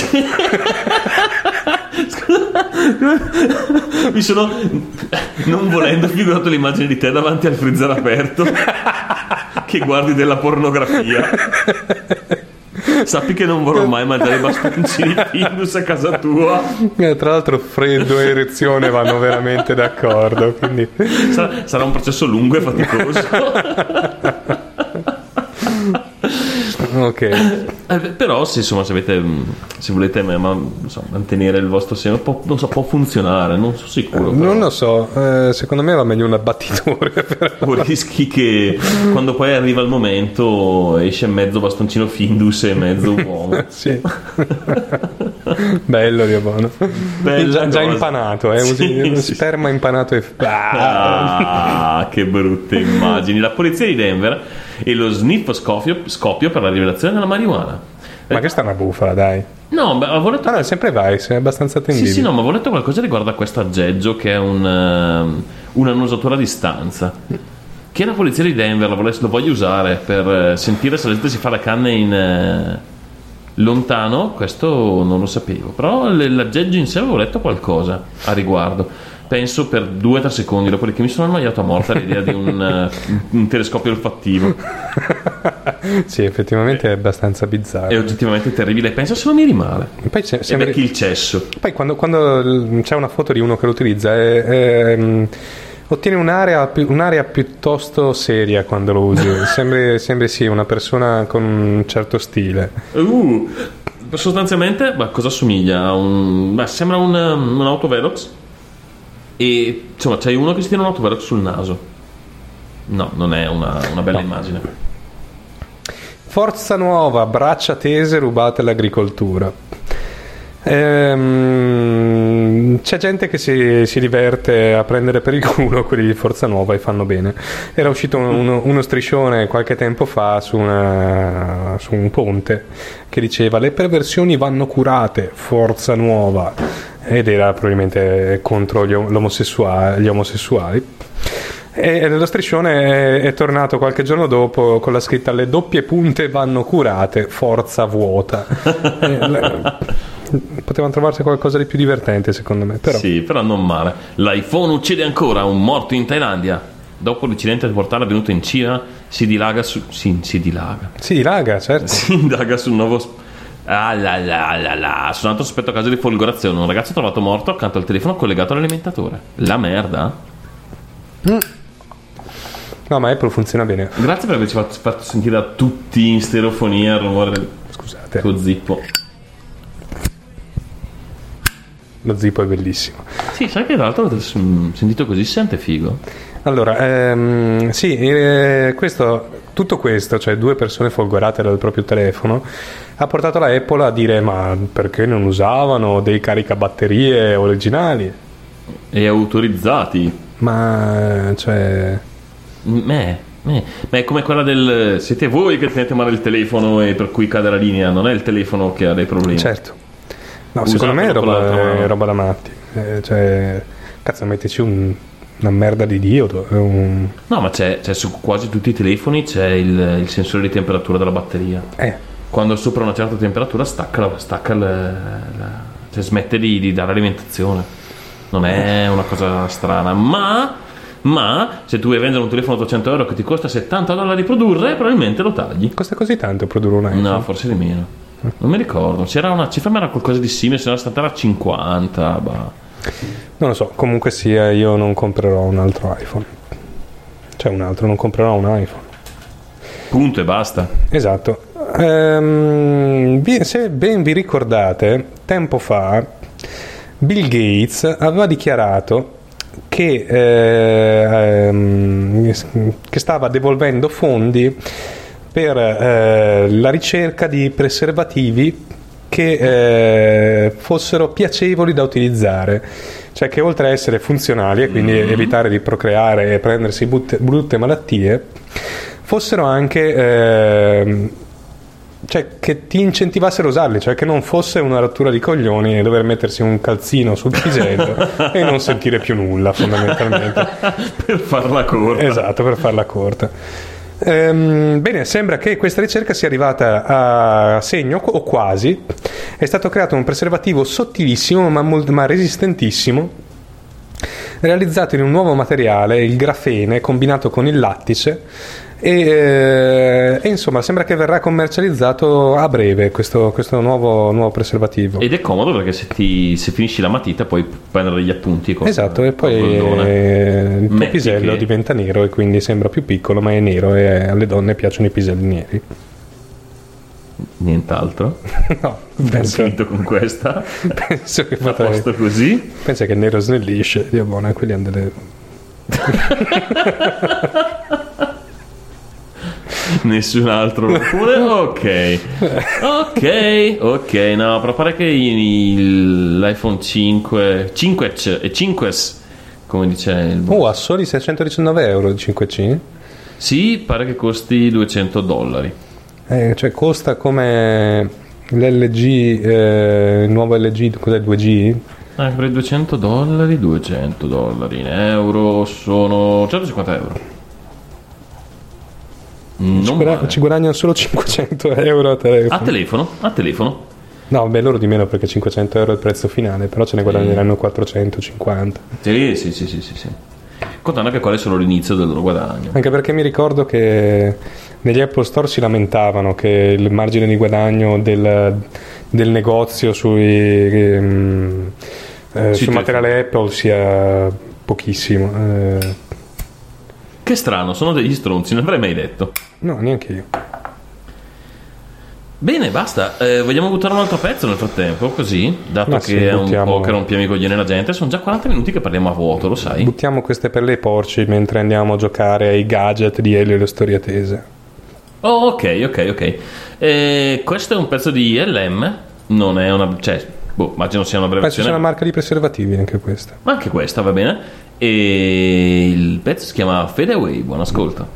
scusa, mi sono, non volendo, figurato l'immagine di te davanti al freezer aperto che guardi della pornografia. Sappi che non vorrò mai mangiare i bastoncini di Findus a casa tua. Eh, tra l'altro freddo e erezione vanno veramente d'accordo, quindi... Sarà, sarà un processo lungo e faticoso. Ok. Eh, però se insomma se avete se volete ma, ma, non so, mantenere il vostro seno può, non so, può funzionare, non sono sicuro, però. Non lo so, eh, secondo me va meglio un abbattitore, però. O rischi che quando poi arriva il momento esce mezzo bastoncino Findus e mezzo uomo. Sì. Bello Dio buono. Bella già, già cosa. impanato, eh, Sì, usi sì. sperma impanato e ah. Ah, che brutte immagini. La polizia di Denver e lo sniff scoppio, scoppio per la rivelazione della marijuana. Ma questa è una bufala, dai. No, beh, avevo letto Ah, no, è sempre Vice, è abbastanza Sì, attendibile. sì, no, ma avevo letto qualcosa riguardo a questo aggeggio che è un, um, una annusatura a distanza. Che la polizia di Denver la volesse, lo voglia usare per eh, sentire se la gente si fa le canne in eh, lontano, questo non lo sapevo. Però l- l'aggeggio in sé avevo letto qualcosa a riguardo. Penso per due o tre secondi, dopodiché mi sono annoiato a morte all'idea di un, uh, un telescopio olfattivo. Sì, effettivamente è abbastanza bizzarro. È oggettivamente terribile. Penso se non mi rimane. Poi, c'è, E sembra- becchi il cesso. poi quando, quando c'è una foto di uno che lo utilizza è, è, mm, ottiene un'area, pi- un'area piuttosto seria quando lo usi. Sembri, sembri sì una persona con un certo stile. Uh, sostanzialmente, ma cosa assomiglia a un. Beh, sembra un, um, un autovelox. E insomma, c'hai uno che si tiene un autovelox sul naso. No, non è una, una bella No. immagine. Forza Nuova, braccia tese rubate all'agricoltura. Ehm, c'è gente che si, si diverte a prendere per il culo quelli di Forza Nuova e fanno bene. Era uscito uno, uno striscione qualche tempo fa su, una, su un ponte che diceva le perversioni vanno curate, Forza Nuova, ed era probabilmente contro gli, l'omosessuali, gli omosessuali. E lo striscione è, è tornato qualche giorno dopo con la scritta le doppie punte vanno curate, forza vuota. E le- potevano trovarsi qualcosa di più divertente secondo me, però. Sì, però non male. L'iPhone uccide ancora un morto in Thailandia. Dopo l'incidente mortale avvenuto in Cina, si dilaga su. Si, si dilaga. Sì, raga, certo. Si indaga su un nuovo. sp- Ah là là là là. Su un altro sospetto caso di folgorazione, un ragazzo è trovato morto accanto al telefono collegato all'alimentatore. La merda. No, ma Apple funziona bene. Grazie per averci fatto, fatto sentire a tutti in stereofonia il rumore del Scusate, tuo zippo. lo zippo è bellissimo. Sì, sai che tra l'altro ho sentito così, si sente figo. Allora, ehm, sì, eh, questo, tutto questo, cioè due persone folgorate dal proprio telefono, ha portato la Apple a dire ma perché non usavano dei caricabatterie originali? E autorizzati. Ma, cioè... Me, me. Ma è come quella del siete voi che tenete male il telefono e per cui cade la linea, non è il telefono che ha dei problemi. Certo. No, Usatelo secondo me è con roba, l'altra mano. è roba da matti. Eh, cioè, cazzo, mettici un, una merda di diodo. Un... No, ma c'è, c'è su quasi tutti i telefoni c'è il, il sensore di temperatura della batteria. Eh, Quando sopra una certa temperatura stacca, la, stacca il, la- cioè smette di, di dare alimentazione. Non è una cosa strana, ma ma se tu vuoi vendere un telefono ottocento euro che ti costa settanta dollari produrre, probabilmente lo tagli. costa così tanto produrre un iPhone? No, forse di meno. Non mi ricordo. C'era una cifra, ma era qualcosa di simile. Se no, stata era cinquanta. Bah. Non lo so, comunque sia, io non comprerò un altro iPhone. Cioè un altro, non comprerò un iPhone. Punto e basta. Esatto. Ehm, vi- se ben vi ricordate, tempo fa Bill Gates aveva dichiarato che, eh, ehm, che stava devolvendo fondi per eh, la ricerca di preservativi che eh, fossero piacevoli da utilizzare, cioè che oltre a essere funzionali e quindi Mm-hmm. evitare di procreare e prendersi brutte, brutte malattie, fossero anche ehm, cioè che ti incentivassero a usarli, cioè che non fosse una rottura di coglioni e dover mettersi un calzino sul pisello e non sentire più nulla fondamentalmente. Per farla corta. Esatto, per farla corta. Ehm, bene, sembra che questa ricerca sia arrivata a segno, o quasi. È stato creato un preservativo sottilissimo ma, molt- ma resistentissimo, realizzato in un nuovo materiale, il grafene, combinato con il lattice. E, eh, e insomma sembra che verrà commercializzato a breve questo, questo nuovo, nuovo preservativo. Ed è comodo perché se, ti, se finisci la matita puoi prendere gli appunti con, Esatto, e poi col goldone. eh, il tuo Metti pisello che- diventa nero e quindi sembra più piccolo, ma è nero e alle donne piacciono i piselli neri. nient'altro. No, Ho penso, finito con questa. penso che A potrei. posto così. Pensa che il nero snellisce, Dio buono, e quelli hanno delle. Nessun altro pure. Ok, ok, ok. No, però pare che il- l'iPhone cinque, cinque C e cinque S, come dice il Oh, a soli seicentodiciannove euro il cinque C? sì, pare che costi duecento dollari. Eh, cioè costa come l'L G, eh, il nuovo L G, cos'è, due G? Ah, per i duecento dollari, duecento dollari in euro sono centocinquanta euro. Ci, Non guada- male. ci guadagnano solo cinquecento euro a telefono. A telefono, a telefono. No, beh, loro di meno perché cinquecento euro è il prezzo finale, però ce ne guadagneranno quattrocentocinquanta. Sì, sì, sì, sì, sì, sì. Contando che quello è solo l'inizio del loro guadagno. Anche perché mi ricordo che negli Apple Store si lamentavano che il margine di guadagno del, del negozio sui, ehm, eh, Sui sul materiale Apple sia pochissimo. Eh, Che strano, sono degli stronzi, non avrei mai detto. no, neanche io. Bene, basta. Eh, vogliamo buttare un altro pezzo nel frattempo, così? Dato Ma che sì, è un buttiamo. po' che rompiamo i coglioni alla gente. Sono già quaranta minuti che parliamo a vuoto, lo sai? Buttiamo queste per le porci mentre andiamo a giocare ai gadget di Elio e le storie tese. Oh, ok, ok, ok. Eh, questo è un pezzo di L M. Non è una... Cioè, boh, immagino sia una Penso sia abbreviazione. una marca di preservativi anche questa. Ma anche questa, va bene. E il pezzo si chiama Fade Away. Buon ascolto.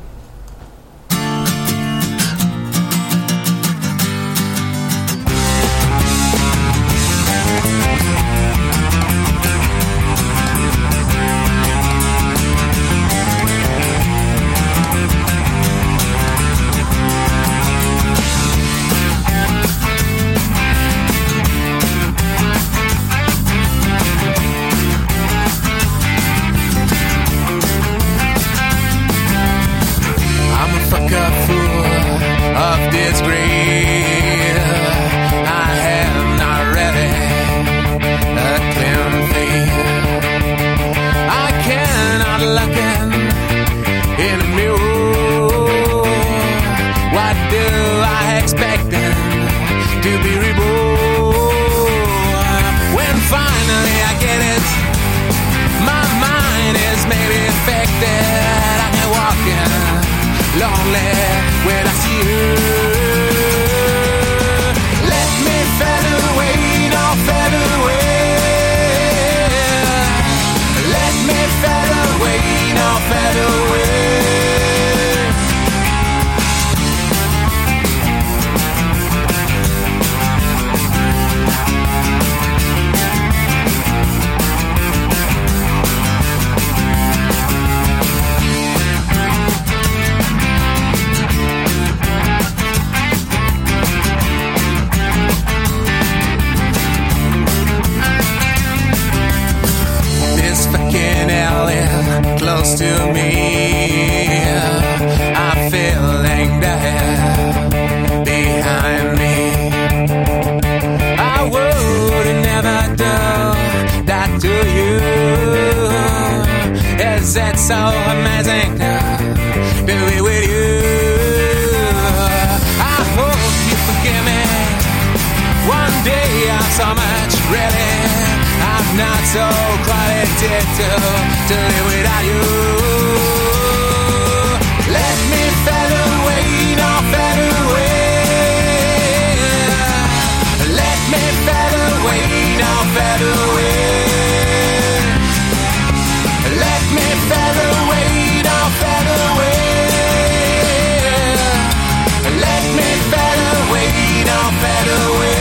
I'm a fucker full of disgrace. I have not really a clean face. I cannot look in, in a mirror. What do I expect to be reborn? When finally I get it, my mind is maybe affected. I can walk in lonely when I see her. Let me fade away, no fade away. Let me fade away, no fade away. This fucking hell is close to me. I feel like that behind me. I would never do that to you. Is it so amazing to be with you? I hope you forgive me. One day I'm so much ready. I'm not so quite addicted to live without you. Let me fade away, no fade away. Let me fade away, no fade away. Let me fade away, no fade away. Let me fade away, no fade away.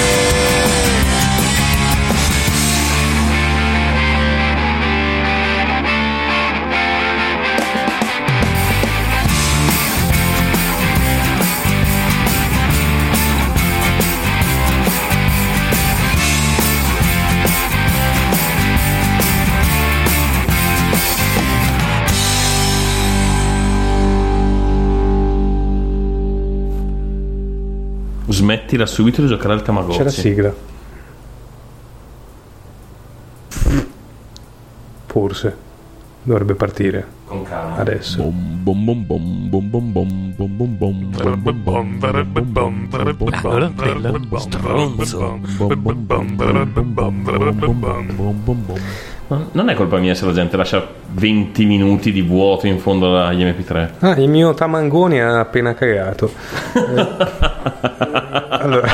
Smettila subito di giocare al Tamagotchi. C'è la sigla. Forse. dovrebbe partire Con calma. adesso. Bom bom bom bom bom bom bom bom bom bom bom bom bom Allora, bella. stronzo. Ma non è colpa mia se la gente lascia venti minuti di vuoto in fondo agli emme pi tre. Ah, il mio Tamangoni ha appena cagato. Eh, allora.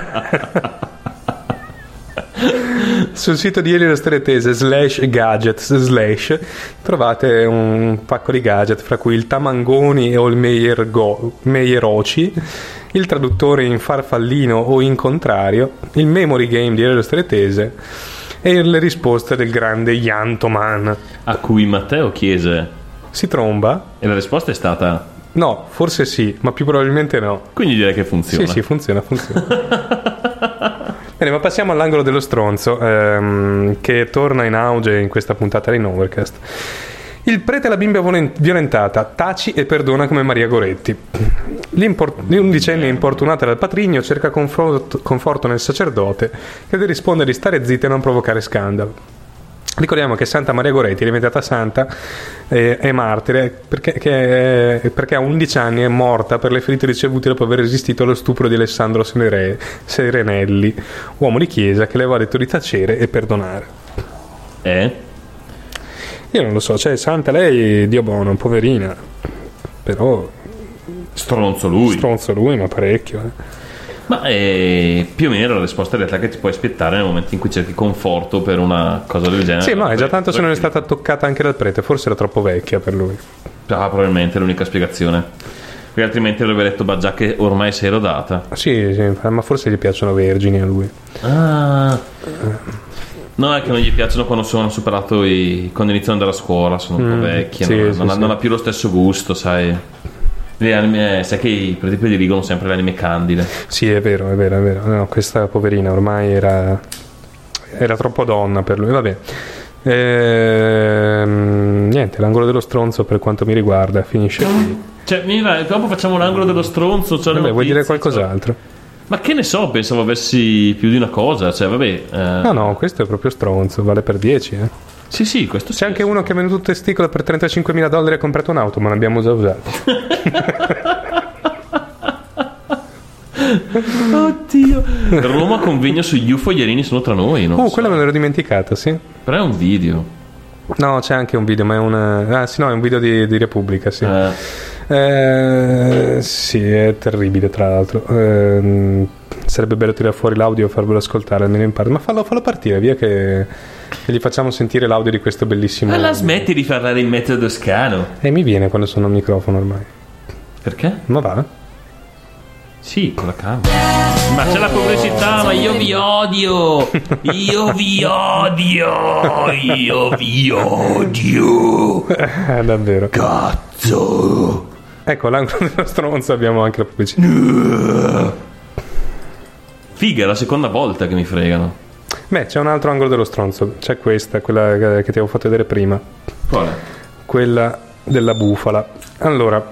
Sul sito di Elio Storie Tese slash gadgets slash trovate un pacco di gadget, fra cui il Tamangoni o il Meyer, Go, Meyer Oci, il traduttore in farfallino o in contrario, il memory game di Elio Storie Tese e le risposte del grande Yantoman. A cui Matteo chiese Si tromba? e la risposta è stata No, forse sì, ma più probabilmente no. quindi direi che funziona. Sì, sì, funziona, funziona. Bene, ma passiamo all'angolo dello stronzo, ehm, che torna in auge in questa puntata di Overcast. Il prete e la bimba violentata, taci e perdona come Maria Goretti. L'undicenne importunata dal patrigno cerca conforto, conforto nel sacerdote, che le risponde di stare zitta e non provocare scandalo. Ricordiamo che Santa Maria Goretti è diventata santa e è martire perché, che è, perché a undici anni è morta per le ferite ricevute dopo aver resistito allo stupro di Alessandro Senere, Serenelli, uomo di chiesa che le aveva detto di tacere e perdonare. Eh? Io non lo so, cioè santa lei, Dio buono, poverina, però Stronzo lui. stronzo lui, ma parecchio. Eh. Ma è più o meno la risposta in realtà che ti puoi aspettare nel momento in cui cerchi conforto per una cosa del genere. Sì, ma è già tanto se non è stata toccata anche dal prete, forse era troppo vecchia per lui. Ah, probabilmente è l'unica spiegazione. Perché altrimenti avrebbe detto, bah, già che ormai sei rodata. Sì, sì, ma forse gli piacciono vergini a lui. Ah. No, è che non gli piacciono quando sono superato i... quando iniziano ad andare a scuola, sono un Mm, po' vecchie, sì, non, sì, non, sì. non ha più lo stesso gusto, sai. Le anime, sai che i preti prediligono sempre le anime candide. Sì, è vero, è vero, è vero. No, questa poverina ormai era era troppo donna per lui. Vabbè. Ehm, niente, l'angolo dello stronzo per quanto mi riguarda finisce qui. Cioè, mira, dopo facciamo l'angolo dello stronzo. Cioè le Vabbè, vuoi dire notizie, qualcos'altro? cioè- Ma che ne so, pensavo avessi più di una cosa. Cioè, vabbè. eh, No, no, questo è proprio stronzo, vale per dieci, eh. Sì, sì, questo sì. C'è anche uno che ha venduto testicolo per trentacinquemila dollari e ha comprato un'auto, ma l'abbiamo già usato. Oddio. Roma convegno sugli U F O, gli alieni sono tra noi. Non Oh, so. quella me l'ero dimenticata, sì. Però è un video. No, c'è anche un video, ma è una... Ah, sì, no, è un video di, di Repubblica, sì. Eh, Eh, sì, è terribile, tra l'altro. Eh, sarebbe bello tirare fuori l'audio e farvelo ascoltare almeno in parte. Ma fallo, fallo partire, via che, che gli facciamo sentire l'audio di questo bellissimo... ma la smetti di parlare in mezzo toscano. E mi viene quando sono al microfono ormai. Perché? Ma va? Sì, con la camera. Ma c'è la pubblicità, ma io vi odio. Io vi odio. Io vi odio. Eh, davvero. Cazzo. Ecco, l'angolo dello stronzo abbiamo anche la pubblicità. Figa, è la seconda volta che mi fregano. Beh, c'è un altro angolo dello stronzo. C'è questa, quella che che ti avevo fatto vedere prima. Qual è? Quella della bufala. Allora,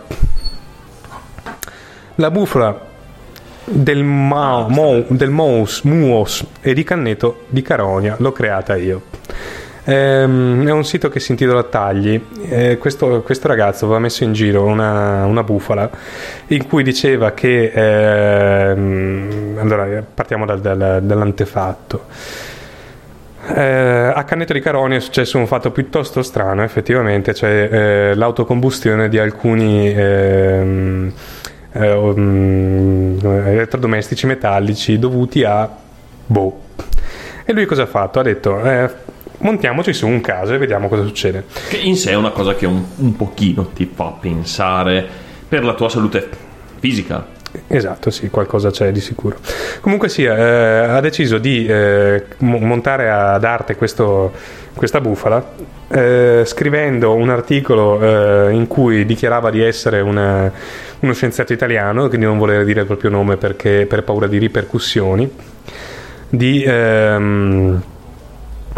la bufala del Mao, Mo, del Mous, Muos e di Canneto di Caronia l'ho creata io. Ehm, è un sito che si intitola Tagli. Eh, questo, questo ragazzo aveva messo in giro una, una bufala in cui diceva che ehm, allora partiamo dal, dal, dall'antefatto. Eh, a Canneto di Caronia è successo un fatto piuttosto strano, effettivamente, cioè eh, l'autocombustione di alcuni ehm, eh, um, elettrodomestici metallici dovuti a boh. E lui cosa ha fatto? Ha detto eh, montiamoci su un caso e vediamo cosa succede. Che in sé è una cosa che un, un pochino ti fa pensare per la tua salute fisica. Esatto, sì, qualcosa c'è di sicuro. Comunque sia, eh, ha deciso di eh, montare ad arte questo, questa bufala, eh, scrivendo un articolo eh, in cui dichiarava di essere una, uno scienziato italiano, che non voleva dire il proprio nome perché per paura di ripercussioni, di, ehm,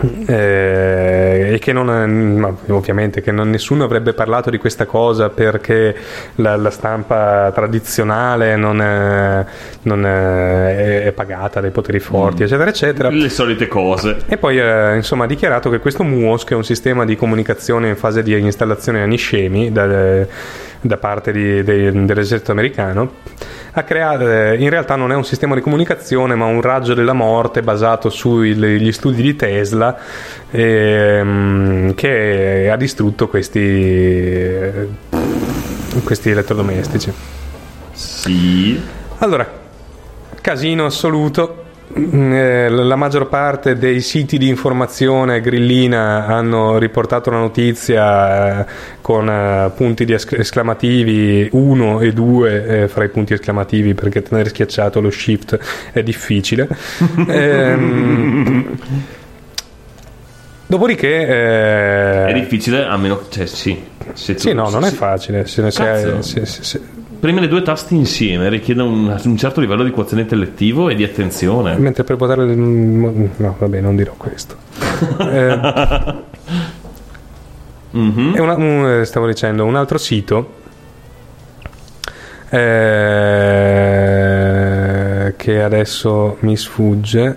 eh, e che non, ma ovviamente che non, nessuno avrebbe parlato di questa cosa perché la, la stampa tradizionale non, è, non è, è pagata dai poteri forti, mm. eccetera eccetera, le solite cose. E poi eh, insomma ha dichiarato che questo M U O S, che è un sistema di comunicazione in fase di installazione a niscemi da, da parte di, de, dell'esercito americano, a creare, in realtà non è un sistema di comunicazione ma un raggio della morte basato sugli studi di Tesla, ehm, che ha distrutto questi questi elettrodomestici. Sì. Allora, casino assoluto. Eh, la maggior parte dei siti di informazione grillina hanno riportato la notizia eh, con eh, punti di esclamativi uno e due eh, fra i punti esclamativi, perché tenere schiacciato lo shift è difficile. ehm, dopodiché eh, è difficile, a meno cioè sì se tu, sì no se, non se, è facile se, se, se, se, se, premere due tasti insieme richiede un, un certo livello di quoziente intellettivo e di attenzione, mentre per poter no vabbè non dirò questo. eh, mm-hmm. è una, un, stavo dicendo un altro sito eh, che adesso mi sfugge,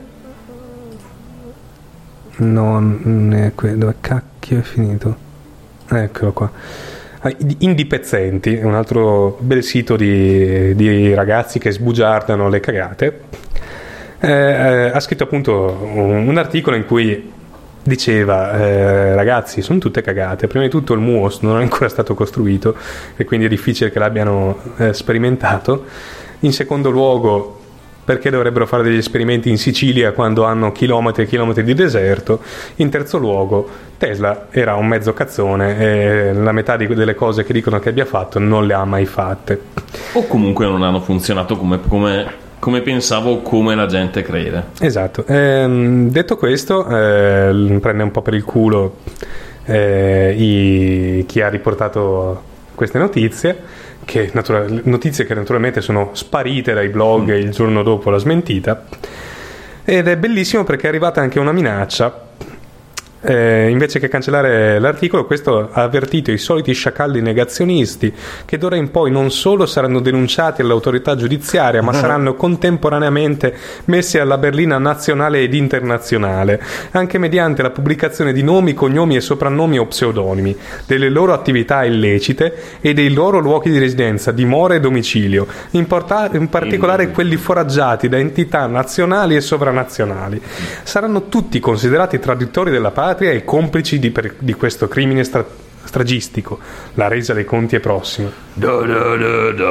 non è que- dove cacchio è finito, eccolo qua. Indipezzenti è un altro bel sito di, di ragazzi che sbugiardano le cagate. Eh, eh, ha scritto appunto un, un articolo in cui diceva eh, ragazzi, sono tutte cagate. Prima di tutto il M U O S non è ancora stato costruito e quindi è difficile che l'abbiano eh, sperimentato. In secondo luogo, perché dovrebbero fare degli esperimenti in Sicilia quando hanno chilometri e chilometri di deserto? In terzo luogo, Tesla era un mezzo cazzone e la metà di delle cose che dicono che abbia fatto non le ha mai fatte, o comunque non hanno funzionato come, come, come pensavo o come la gente crede. Esatto. Ehm, detto questo, eh, prende un po' per il culo eh, i, chi ha riportato queste notizie, che natura- notizie che naturalmente sono sparite dai blog il giorno dopo la smentita, ed è bellissimo perché è arrivata anche una minaccia. Eh, invece che cancellare l'articolo, questo ha avvertito i soliti sciacalli negazionisti che d'ora in poi non solo saranno denunciati all'autorità giudiziaria, ma saranno contemporaneamente messi alla berlina nazionale ed internazionale, anche mediante la pubblicazione di nomi, cognomi e soprannomi o pseudonimi, delle loro attività illecite e dei loro luoghi di residenza, dimora e domicilio, in, porta- in particolare quelli foraggiati da entità nazionali e sovranazionali. Saranno tutti considerati traditori della patria e complici di, per, di questo crimine stra- stragistico. La resa dei conti è prossima. Da, da, da, da.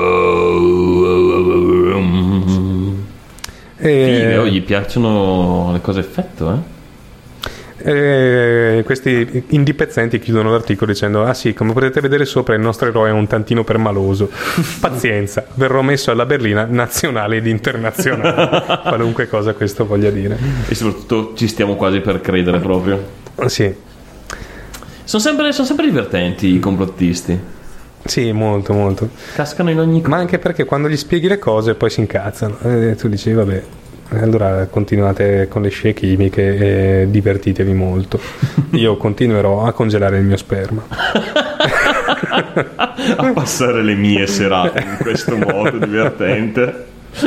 E... Figlio, gli piacciono le cose effetto, eh? E questi indipezzenti chiudono l'articolo dicendo: ah sì, come potete vedere sopra il nostro eroe è un tantino permaloso, pazienza, verrò messo alla berlina nazionale ed internazionale. Qualunque cosa questo voglia dire. E soprattutto ci stiamo quasi per credere proprio. Sì, sono sempre, sono sempre divertenti i complottisti, sì, molto molto. cascano in ogni cosa. Ma anche perché quando gli spieghi le cose poi si incazzano e tu dici vabbè, allora continuate con le scie chimiche e divertitevi molto. Io continuerò a congelare il mio sperma. A passare le mie serate in questo modo divertente.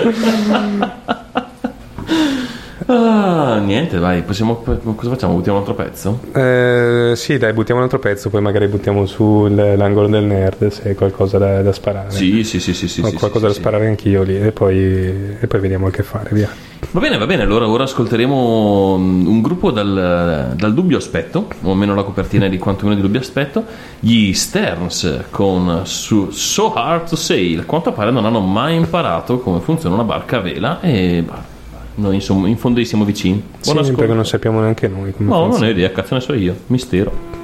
Ah, niente, vai, possiamo, cosa facciamo? Buttiamo un altro pezzo? Eh, sì, dai, buttiamo un altro pezzo, poi magari buttiamo sull'angolo del nerd se hai qualcosa da, da sparare. Sì, sì, sì, sì, sì. Ho sì, qualcosa sì, da sparare sì. anch'io lì e poi, e poi vediamo che fare, via. Va bene, va bene, allora ora ascolteremo un gruppo dal, dal dubbio aspetto, o almeno la copertina è di quantomeno di dubbio aspetto, gli Sterns con su So Hard to Sail. A quanto pare non hanno mai imparato come funziona una barca a vela e bah, noi insomma in fondo siamo vicini. Buon Sì, ascolto. perché non sappiamo neanche noi come No, funziona. non ho idea, cazzo ne so io, mistero.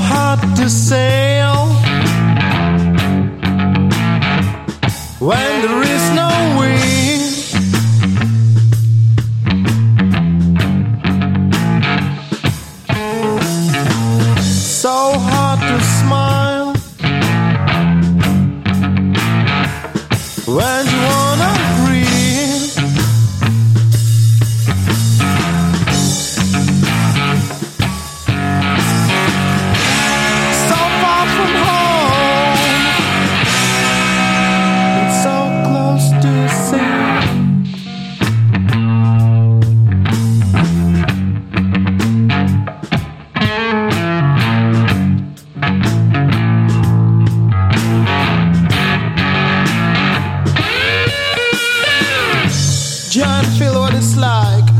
hard to sail when there is no wind. So hard to smile when you wanna breathe. So far from home and so close to sea. John, feel what it's like,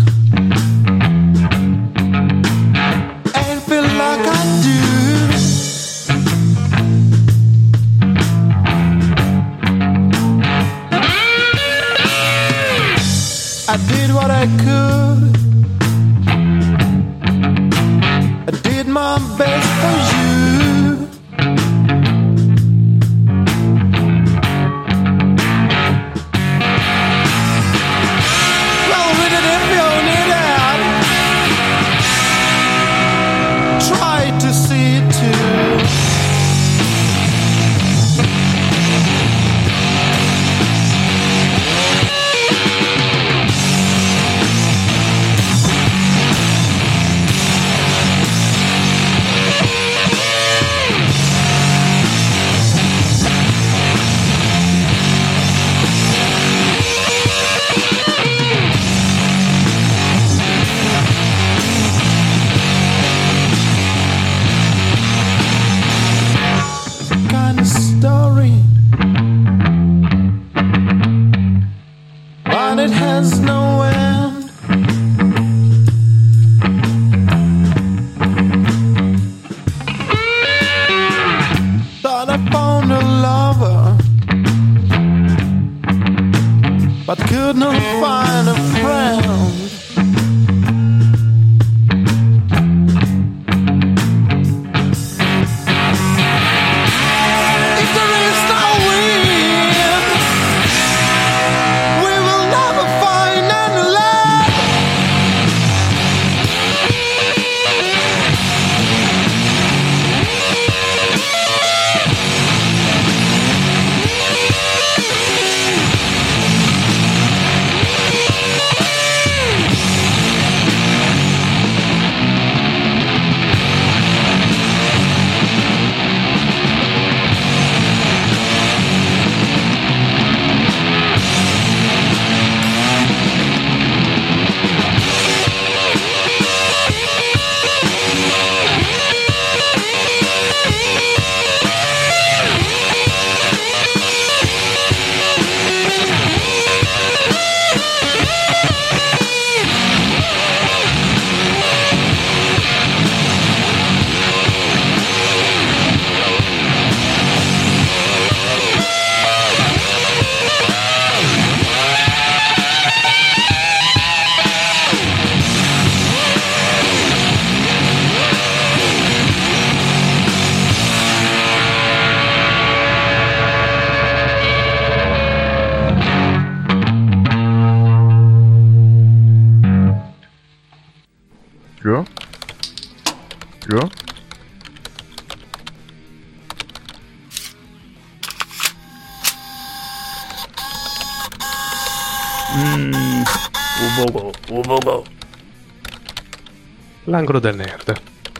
and feel like I do. I did what I could. I did my best for you. Well, read it if you need it. Try to see it too. Kind of story, but it has no end. Thought I found a lover, but could not find a friend. If there is no wind, we will never find any love. Ja? Ja? L'angolo del nerd.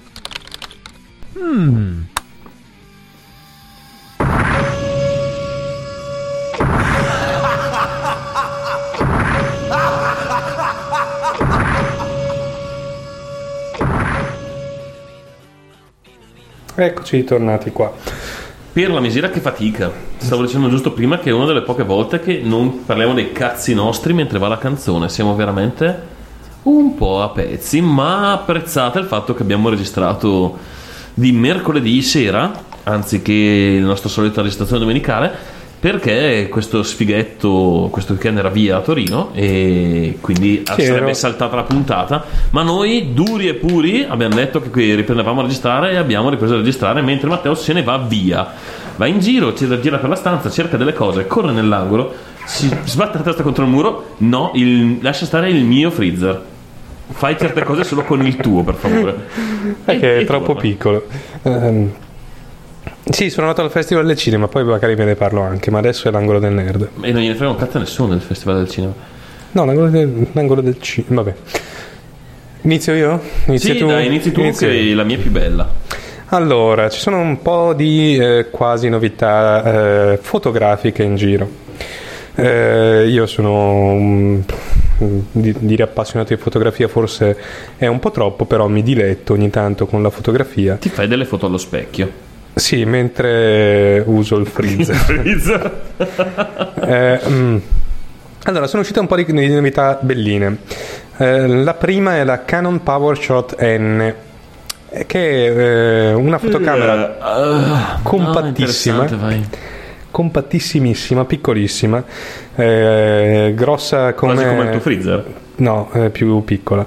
Eccoci tornati qua. Per la misera che fatica. Stavo dicendo giusto prima che è una delle poche volte che non parliamo dei cazzi nostri mentre va la canzone. Siamo veramente un po' a pezzi, ma apprezzate il fatto che abbiamo registrato di mercoledì sera, anziché la nostra solita registrazione domenicale, perché questo sfighetto questo weekend era via a Torino e quindi Sì, sarebbe ero- saltata la puntata, ma noi duri e puri abbiamo detto che qui riprendevamo a registrare e abbiamo ripreso a registrare mentre Matteo se ne va via, va in giro, gira gira per la stanza, cerca delle cose, corre nell'angolo, si sbatte la testa contro il muro. No, il, lascia stare il mio freezer, fai certe cose solo con il tuo, per favore. È che E- è e troppo torna. piccolo. Ehm, sì, sono andato al Festival del Cinema, poi magari ve ne parlo anche, ma adesso è l'angolo del nerd. E non gliene frega un cazzo a nessuno del Festival del Cinema. No, l'angolo del, l'angolo del cinema, vabbè. Inizio io? Inizio Sì, tu? dai, inizi tu Inizio che io. è la mia più bella. Allora, ci sono un po' di eh, quasi novità eh, fotografiche in giro. Eh, io sono un, di, dire appassionato di fotografia forse è un po' troppo, però mi diletto ogni tanto con la fotografia. Ti fai delle foto allo specchio. Sì, mentre uso il freezer. Freezer. Eh, mm. Allora, sono uscite un po' di, di novità belline. Eh, la prima è la Canon PowerShot N, eh, che è eh, una fotocamera Ah, compattissima, interessante, vai. compattissimissima, piccolissima, eh, grossa come... Quasi come il tuo freezer. No, è più piccola.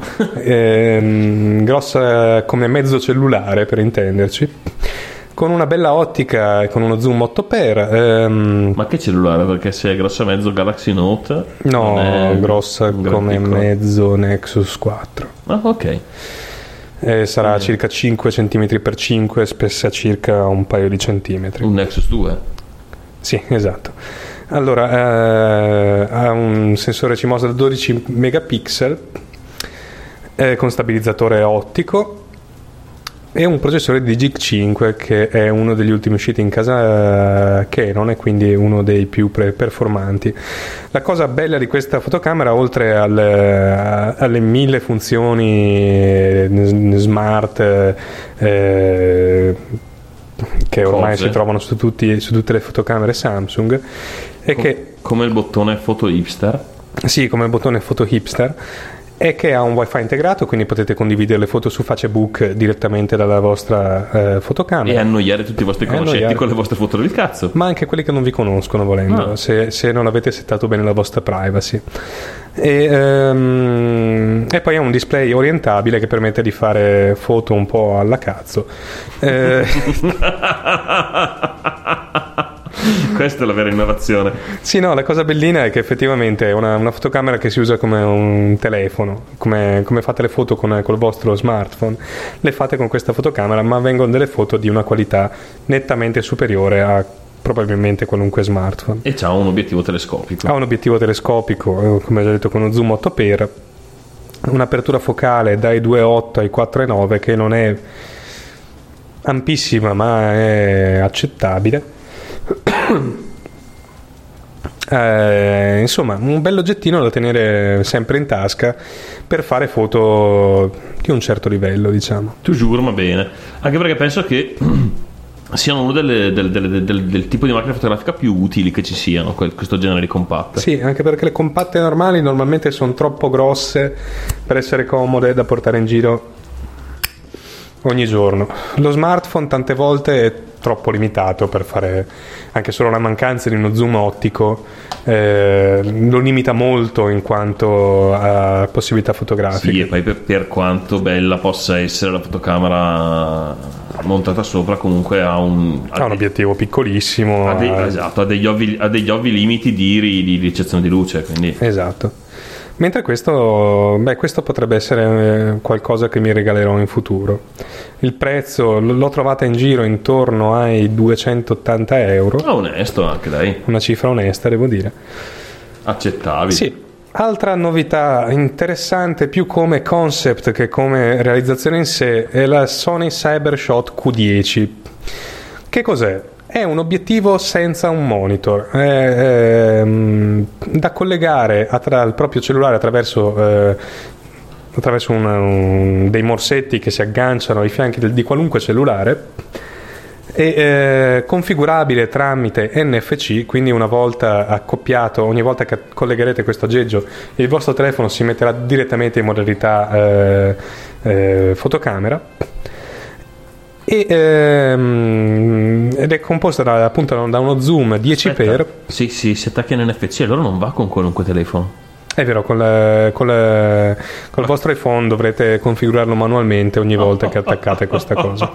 Ehm, grossa come mezzo cellulare, per intenderci, con una bella ottica e con uno zoom otto x. Ehm, Ma che cellulare? Perché se è grossa mezzo Galaxy Note no, non è grossa un gran come piccolo. mezzo Nexus quattro. Ah, ok. Eh, sarà Mm. circa cinque centimetri per cinque, spessa circa un paio di centimetri. Un Nexus due. Sì, esatto. Allora, eh, ha un sensore CMOS da dodici megapixel eh, con stabilizzatore ottico e un processore di G I G cinque che è uno degli ultimi usciti in casa eh, Canon e quindi uno dei più pre- performanti. La cosa bella di questa fotocamera, oltre al, eh, alle mille funzioni eh, smart eh, che ormai Cose. si trovano su, tutti, su tutte le fotocamere Samsung, è che Come il bottone foto hipster. sì, come il bottone foto hipster, è che ha un wifi integrato, quindi potete condividere le foto su Facebook direttamente dalla vostra eh, E fotocamera, annoiare tutti i vostri E conoscenti annoiare. con le vostre foto del cazzo. ma anche quelli che non vi conoscono, volendo, Ah. se, se non avete settato bene la vostra privacy. E, ehm, e poi ha un display orientabile che permette di fare foto un po' alla cazzo. Eh, Questa è la vera innovazione. Sì, no, la cosa bellina è che effettivamente è una, una fotocamera che si usa come un telefono, come, come fate le foto con, col vostro smartphone, le fate con questa fotocamera, ma vengono delle foto di una qualità nettamente superiore a probabilmente qualunque smartphone. E c'ha un obiettivo telescopico. Ha un obiettivo telescopico, eh, come ho già detto, con uno zoom otto x, un'apertura focale dai due virgola otto ai quattro virgola nove che non è ampissima ma è accettabile. Eh, insomma, un bell'oggettino da tenere sempre in tasca per fare foto di un certo livello, diciamo. Toujours, ma bene. Anche perché penso che siano uno delle, delle- delle- del, del tipo di macchina fotografica più utili che ci siano, quel- questo genere di compatte. Sì, anche perché le compatte normali normalmente sono troppo grosse per essere comode da portare in giro ogni giorno. Lo smartphone tante volte è troppo limitato per fare, anche solo la mancanza di uno zoom ottico eh, lo limita molto in quanto a possibilità fotografiche. Sì, e poi per, per quanto bella possa essere la fotocamera montata sopra, comunque ha un, Ha un de- obiettivo piccolissimo. ha dei- ha- esatto, ha degli ovvi, ha degli ovvi limiti di, ri- di ricezione di luce, quindi Esatto. Mentre questo, beh, questo potrebbe essere eh, qualcosa che mi regalerò in futuro. Il prezzo l- l'ho trovata in giro intorno ai duecentottanta euro, è onesto anche, dai, una cifra onesta, devo dire. accettabile. Sì. Altra novità interessante, più come concept che come realizzazione in sé, è la Sony Cybershot Q dieci. Che cos'è? È un obiettivo senza un monitor, è, ehm, da collegare attra- al proprio cellulare attraverso, eh, attraverso un- un- dei morsetti che si agganciano ai fianchi del- di qualunque cellulare, e eh, configurabile tramite N F C, quindi una volta accoppiato, ogni volta che collegherete questo aggeggio, il vostro telefono si metterà direttamente in modalità eh, eh, fotocamera. E, ehm, ed è composta da, appunto da uno zoom dieci Aspetta. x. Sì, sì, si attacca in N F C, allora non va con qualunque telefono. È vero, con, la, con, la, con il vostro iPhone dovrete configurarlo manualmente ogni volta che attaccate questa cosa.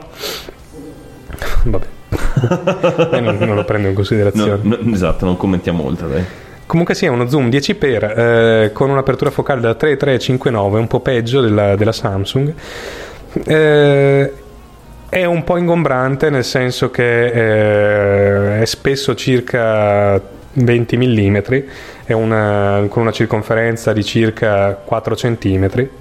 Vabbè, io non, non lo prendo in considerazione. No, no, esatto, non commentiamo oltre, dai. Comunque sia, uno zoom dieci x eh, con un'apertura focale da tre virgola tre cinquantanove, un po' peggio della, della Samsung. Eh, è un po' ingombrante, nel senso che eh, è spesso circa venti millimetri, è una, con una circonferenza di circa quattro centimetri.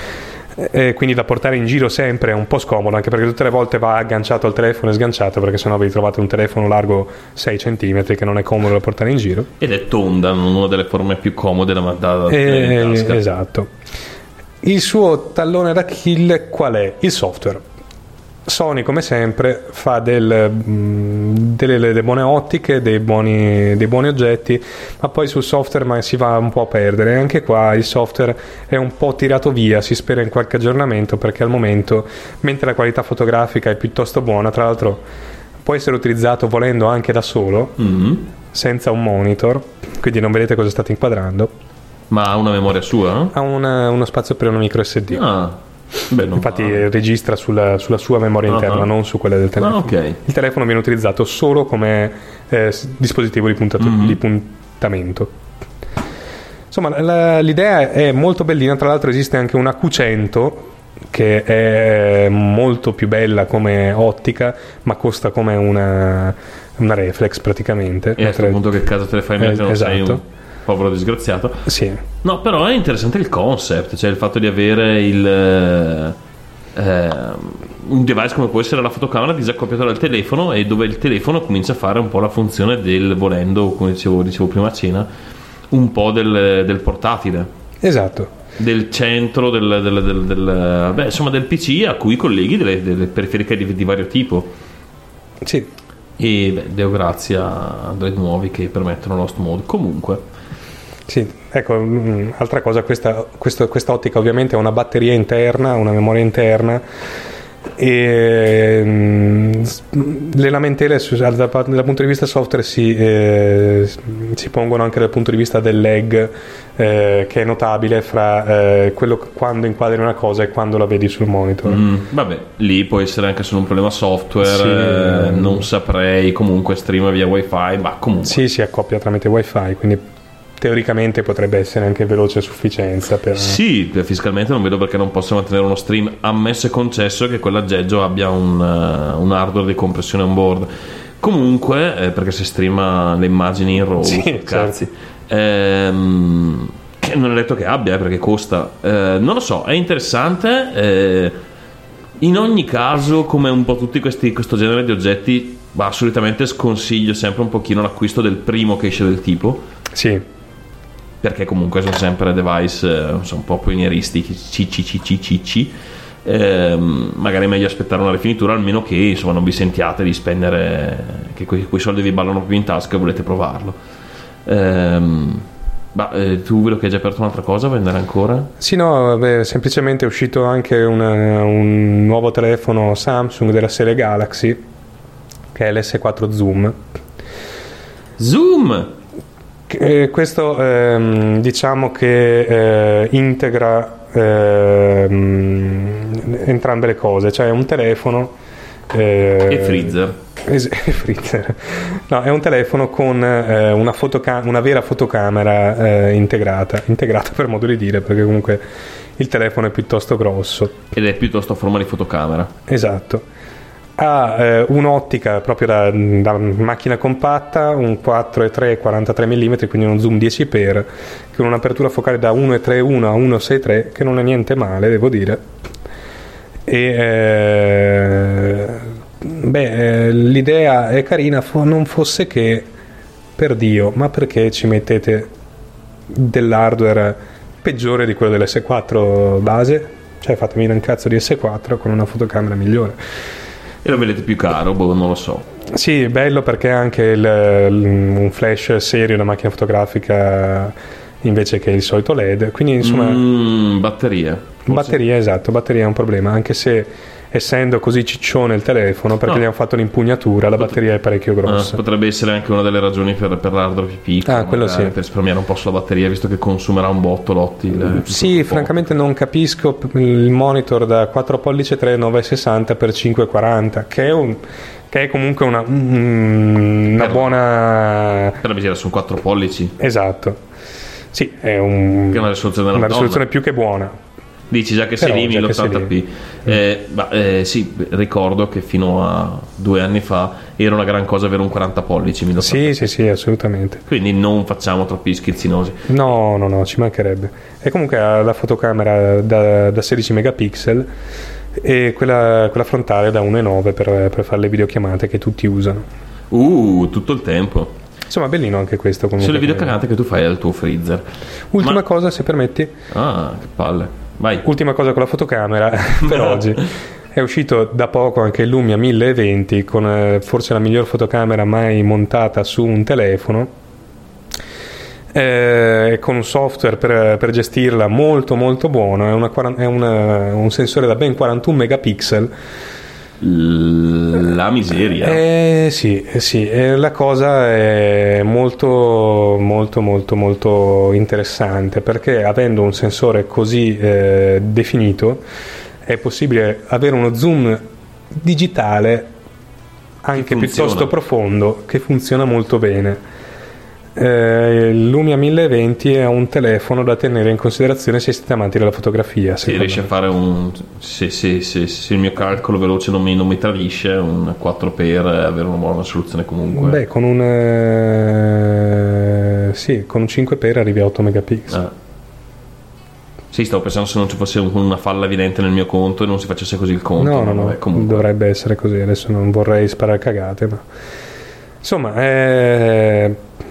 E quindi da portare in giro sempre è un po' scomodo, anche perché tutte le volte va agganciato al telefono e sganciato, perché sennò vi trovate un telefono largo sei centimetri che non è comodo da portare in giro. Ed è tonda, una delle forme più comode da, da, da E, in tasca. esatto. Il suo tallone d'Achille qual è? Il software. Sony, come sempre, fa del, mh, delle, delle buone ottiche, dei buoni, dei buoni oggetti, ma poi sul software ma si va un po' a perdere. Anche qua il software è un po' tirato via, si spera in qualche aggiornamento, perché al momento, mentre la qualità fotografica è piuttosto buona, tra l'altro può essere utilizzato volendo anche da solo, Mm. senza un monitor, quindi non vedete cosa state inquadrando. Ma ha una memoria sua? No? Ha una- uno spazio per una micro S D. Ah, beh, non Infatti va. registra sulla, sulla sua memoria Ah, interna, ah. non su quella del telefono. Ah, ok. Il telefono viene utilizzato solo come eh, s- dispositivo di, puntato- Mhm. di puntamento. Insomma, la- l'idea è molto bellina. Tra l'altro esiste anche una Q cento che è molto più bella come ottica, ma costa come una, una reflex praticamente. E a questo Mentre- punto che caso te le fai mettere, Eh, non sei esatto. un povero disgraziato. Sì, No, però è interessante il concept, cioè il fatto di avere il eh, ehm, un device come può essere la fotocamera disaccoppiato dal telefono, e dove il telefono comincia a fare un po' la funzione del, volendo, come dicevo, dicevo prima a cena, un po' del, del portatile, esatto. del centro del, del, del, del- beh, insomma del P C a cui colleghi delle, delle periferiche di, di vario tipo. Sì. E beh, Deo grazie a Android nuovi che permettono l'host mode. Comunque Sì, ecco, mm, altra cosa, questa, questo- questa ottica ovviamente ha una batteria interna, una memoria interna, e mm, s- le lamentele su- dal, dal punto di vista software si, eh, si pongono anche dal punto di vista del lag, eh, che è notabile fra eh, quello quando inquadri una cosa e quando la vedi sul monitor. Mm, vabbè, lì può essere anche solo un problema software, Sì. eh, non saprei, comunque streama via wifi, ma comunque Sì, si accoppia tramite wifi, quindi teoricamente potrebbe essere anche veloce a sufficienza per... sì, fiscalmente non vedo perché non possa mantenere uno stream, ammesso e concesso che quell'aggeggio abbia un, eh, un hardware di compressione on board. Comunque, eh, perché se streama le immagini in RAW, Sì, cazzi, ehm, che non è detto che abbia, eh, perché costa. Eh, non lo so, è interessante. eh, in ogni caso, come un po' tutti questi, questo genere di oggetti, bah, solitamente sconsiglio sempre un pochino l'acquisto del primo che esce del tipo, Sì, perché comunque sono sempre device eh, sono un po' pionieristici, cicci, cicci, cicci. Ehm, magari è meglio aspettare una rifinitura, almeno che insomma non vi sentiate di spendere, che quei, quei soldi vi ballano più in tasca e volete provarlo. Ehm, ma eh, tu vedo che hai già aperto un'altra cosa, vuoi andare ancora? sì, no, vabbè, semplicemente è uscito anche una- un nuovo telefono Samsung della serie Galaxy, che è l'S quattro Zoom. Zoom! Eh, questo ehm, diciamo che eh, integra ehm, entrambe le cose, cioè è un telefono eh, E freezer. es- e freezer. No, è un telefono con eh, una, fotoca- una vera fotocamera eh, integrata, integrata per modo di dire, perché comunque il telefono è piuttosto grosso. Ed è piuttosto a forma di fotocamera. Esatto. Ha eh, un'ottica proprio da, da macchina compatta, un quattro virgola tre quarantatré millimetri, quindi uno zoom dieci x, con un'apertura focale da uno virgola trentuno a uno virgola sessantatré, che non è niente male, devo dire. E eh, beh, eh, l'idea è carina, fo- non fosse che, per Dio, ma perché ci mettete dell'hardware peggiore di quello dell'S quattro base? Cioè fatemi un cazzo di S quattro con una fotocamera migliore. E lo vedete più caro, boh, non lo so. Sì, bello perché ha anche il, il- un flash serio, una macchina fotografica invece che il solito L E D, quindi insomma Mm, batterie. Batteria, esatto, batteria è un problema, anche se essendo così ciccione il telefono, perché No. gli hanno fatto l'impugnatura, la Pot- batteria è parecchio Ah, grossa. potrebbe essere anche una delle ragioni per, per l'hardware più piccolo, Ah, quello magari, sì. per risparmiare un po' sulla batteria, visto che consumerà un botto lotti. il- Sì, il- francamente non capisco il monitor da quattro pollici tre novecentosessanta per cinquecentoquaranta, che è, un, che è comunque una, mm, una Per- buona... Per la misera sono quattro pollici, Esatto. Sì, è un- che è una risoluzione della una Madonna. risoluzione più che buona. Dici già che Però, sei lì già che mille ottanta p. Eh, ma, eh, sì, ricordo che fino a due anni fa era una gran cosa avere un quaranta pollici mille ottanta p. Sì, sì, sì, assolutamente. Quindi non facciamo troppi schizzinosi. No, no, no, ci mancherebbe. E comunque ha la fotocamera da, da sedici megapixel e quella, quella frontale da uno virgola nove per, per fare le videochiamate che tutti usano. Uh, tutto il tempo. Insomma, bellino anche questo comunque. Sulle videochiamate che tu fai al tuo freezer. Ultima Ma- cosa, se permetti. Ah, che palle. Vai. Ultima cosa con la fotocamera per oggi. È uscito da poco anche il Lumia mille venti con eh, forse la miglior fotocamera mai montata su un telefono, eh, con un software per, per gestirla molto molto buono. È, una, quaran- è una- un sensore da ben quarantuno megapixel. La miseria. Eh, sì, eh, sì, eh, la cosa è molto molto molto molto interessante, perché avendo un sensore così eh, definito è possibile avere uno zoom digitale anche funziona. piuttosto profondo, che funziona molto bene. Eh, il Lumia mille venti è un telefono da tenere in considerazione se siete amanti della fotografia. Se secondo riesci a me. fare un. Se, se- se- se il mio calcolo veloce non mi, non mi tradisce, un quattro per avere una buona soluzione comunque. Beh, con un eh, sì, con un cinque per arrivi a otto megapixel. Ah. Sì, stavo pensando se non ci fosse un- una falla evidente nel mio conto e non si facesse così il conto. No, ma no, no, vabbè, comunque. dovrebbe essere così. Adesso non vorrei sparare cagate, ma insomma, è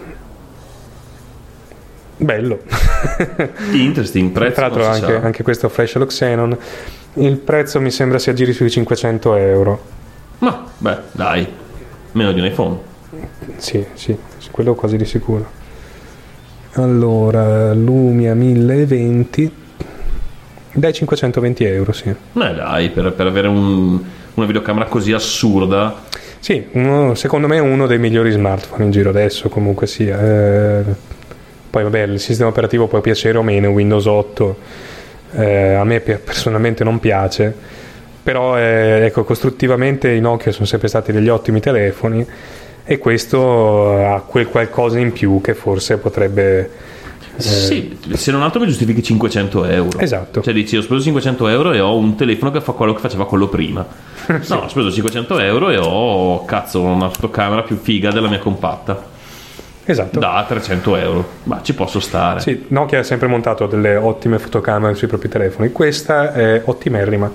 bello. Interesting, prezzo. Tra l'altro non si anche, sa. anche questo Flash Lock Xenon, il prezzo mi sembra si aggiri sui cinquecento euro. Ma, beh, dai, meno di un iPhone. Sì, sì, quello quasi di sicuro. Allora, Lumia mille venti dai cinquecentoventi euro, sì. Eh, dai, per, per avere un- una videocamera così assurda. Sì, uno- secondo me è uno dei migliori smartphone in giro adesso, comunque sia. Eh, poi vabbè, il sistema operativo può piacere o meno, Windows otto eh, a me pe- personalmente non piace, però eh, ecco, costruttivamente i Nokia sono sempre stati degli ottimi telefoni e questo ha quel qualcosa in più che forse potrebbe... eh, Sì, se non altro mi giustifichi cinquecento euro. Esatto. Cioè dici, ho speso cinquecento euro e ho un telefono che fa quello che faceva quello prima. No, ho speso cinquecento euro e ho, cazzo, una fotocamera più figa della mia compatta. Esatto. Da trecento euro. Ma ci posso stare. Sì, Nokia ha sempre montato delle ottime fotocamere sui propri telefoni, questa è ottimerrima.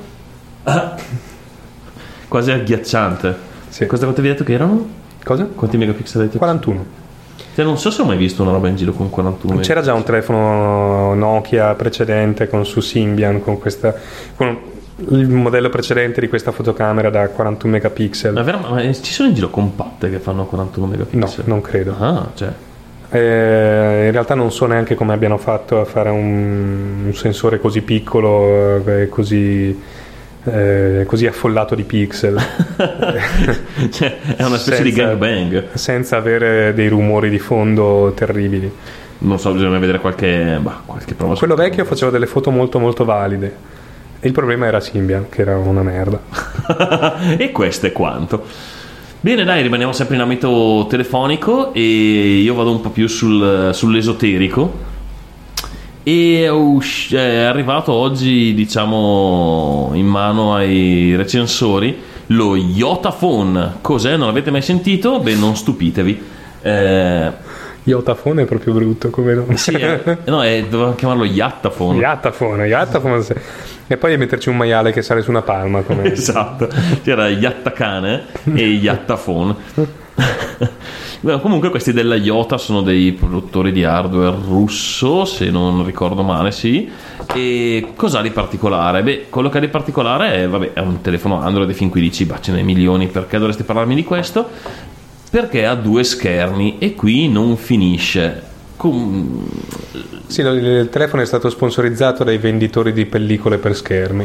Quasi agghiacciante. Sì. Cosa quanto vi hai detto che erano? Cosa? Quanti megapixel hai detto? quarantuno. Cioè, non so se ho mai visto una roba in giro con quarantuno. C'era già un telefono Nokia precedente con su Symbian con questa con il modello precedente di questa fotocamera da quarantuno megapixel. Ma, vero, ma ci sono in giro compatte che fanno quarantuno No, megapixel? non credo. Ah, cioè. Eh, in realtà non so neanche come abbiano fatto a fare un, un sensore così piccolo e così eh, così affollato di pixel Cioè, è una specie di Senza- gangbang. senza avere dei rumori di fondo terribili. Non so, bisogna vedere qualche, bah, qualche prova. su- Quello vecchio faceva delle foto molto molto valide. Il problema era Symbian, che era una merda. E questo è quanto. Bene, dai, rimaniamo sempre in ambito telefonico e io vado un po' più sul, sull'esoterico. E è usci- è arrivato oggi, diciamo, in mano ai recensori lo Yotaphone. Cos'è? Non l'avete mai sentito? Beh, non stupitevi. Eh, Yotaphone è proprio brutto come nome. sì, è- no, è, dovevamo chiamarlo Yattaphone. Yattaphone, Yattaphone se- e poi metterci un maiale che sale su una palma come... Esatto, c'era Yattacane e Yattaphone. Beh, comunque questi della Yota sono dei produttori di hardware russo, se non ricordo male, sì. E cos'ha di particolare? Beh, quello che ha di particolare è, vabbè, è un telefono Android, e fin qui dici, bah, ce n'è milioni, perché dovresti parlarmi di questo? Perché ha due schermi e qui non finisce. Com- Sì, lo- il telefono è stato sponsorizzato dai venditori di pellicole per schermi.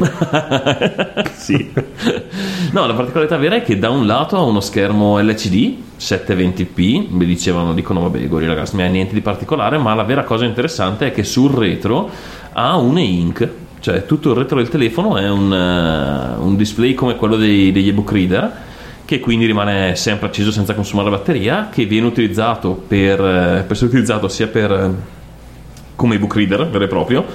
sì. No, la particolarità vera è che da un lato ha uno schermo L C D settecentoventi p, mi dicevano, dicono vabbè Gorilla Glass, non ha niente di particolare, ma la vera cosa interessante è che sul retro ha un e-ink, cioè tutto il retro del telefono è un, uh, un display come quello dei, degli ebook reader, che quindi rimane sempre acceso senza consumare la batteria, che viene utilizzato per, per essere utilizzato sia per come ebook reader vero e proprio,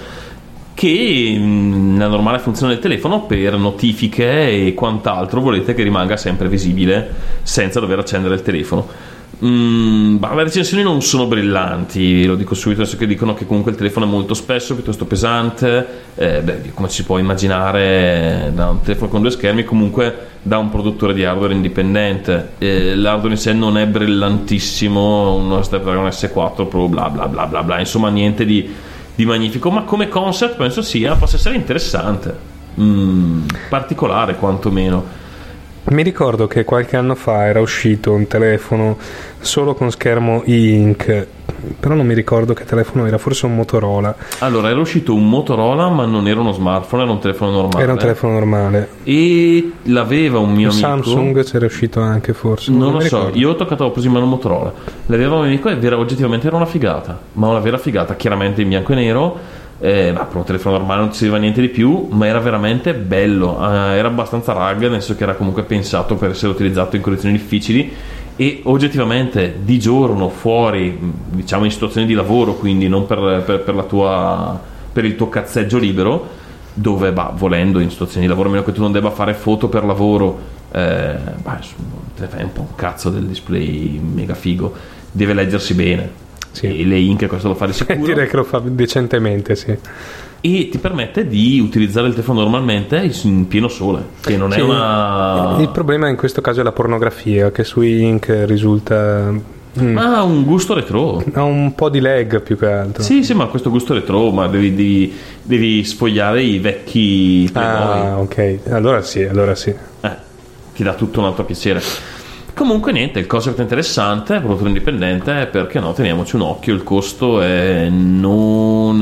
che nella normale funzione del telefono per notifiche e quant'altro volete che rimanga sempre visibile senza dover accendere il telefono. Mm, bah, le recensioni non sono brillanti, lo dico subito, adesso che dicono che comunque il telefono è molto spesso piuttosto pesante, eh, beh, come si può immaginare da un telefono con due schermi, comunque da un produttore di hardware indipendente. Eh, l'hardware in sé non è brillantissimo, uno Snapdragon S quattro Pro bla bla bla bla bla, insomma niente di, di magnifico, ma come concept penso sia possa essere interessante, mm, particolare quantomeno. Mi ricordo che qualche anno fa era uscito un telefono solo con schermo e-ink, però non mi ricordo che telefono era, forse un Motorola. Allora, era uscito un Motorola, ma non era uno smartphone, era un telefono normale. Era un telefono normale. E l'aveva un mio Un amico. Samsung c'era uscito anche, forse. Non lo mi so, ricordo. io ho toccato, ho preso in mano un Motorola. L'aveva un mio amico e vera, oggettivamente era una figata, ma una vera figata, chiaramente in bianco e nero. Eh, ma per un telefono normale non ci serviva niente di più, ma era veramente bello, eh, era abbastanza rugged, nel senso che era comunque pensato per essere utilizzato in condizioni difficili, e oggettivamente di giorno fuori, diciamo in situazioni di lavoro, quindi non per, per, per la tua per il tuo cazzeggio libero, dove bah, volendo in situazioni di lavoro, a meno che tu non debba fare foto per lavoro, eh, bah, te ne fai un po' un cazzo del display mega figo, deve leggersi bene. Sì. E le ink questo lo fa di sicuro. Direi che lo fa decentemente, sì. E ti permette di utilizzare il telefono normalmente in pieno sole, che non Sì, è una... Il problema in questo caso è la pornografia, che su e-ink risulta... mm, ha un gusto retro. ha un po' di lag più che altro. Sì, sì, ma questo gusto retro, ma devi, devi, devi sfogliare i vecchi Playboy. Ah, ok. Allora sì, allora sì. Eh, ti dà tutto un altro piacere. Comunque niente, il concept è interessante, prodotto indipendente, perché no, teniamoci un occhio, il costo è non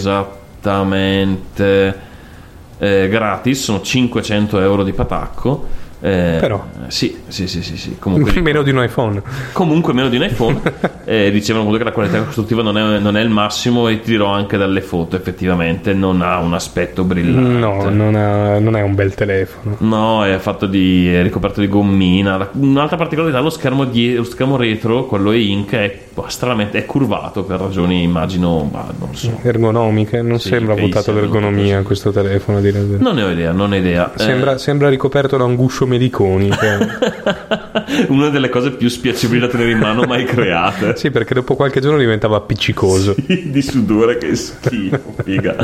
esattamente eh, gratis, sono cinquecento euro di patacco. Eh, Però. sì, sì, sì, sì, sì. Comunque, Meno di un iPhone. comunque meno di un iPhone. eh, dicevano comunque che la qualità costruttiva non è, non è il massimo, e ti dirò anche dalle foto, effettivamente non ha un aspetto brillante. No, non, ha- non è un bel telefono. No, è fatto di è ricoperto di gommina. La- Un'altra particolarità, lo schermo, die- lo schermo retro, quello e ink, è bah, stranamente è curvato per ragioni, immagino, bah, non so. Ergonomiche, non Sì, sembra che votato sembra all'ergonomia tutto questo telefono, a dire il vero. Non ne ho idea, non ne ho idea. Sembra, Eh, sembra ricoperto da un guscio mediconi. che- una delle cose più spiacevoli da tenere in mano mai create. Sì, perché dopo qualche giorno diventava appiccicoso. Di sudore, che schifo, figa.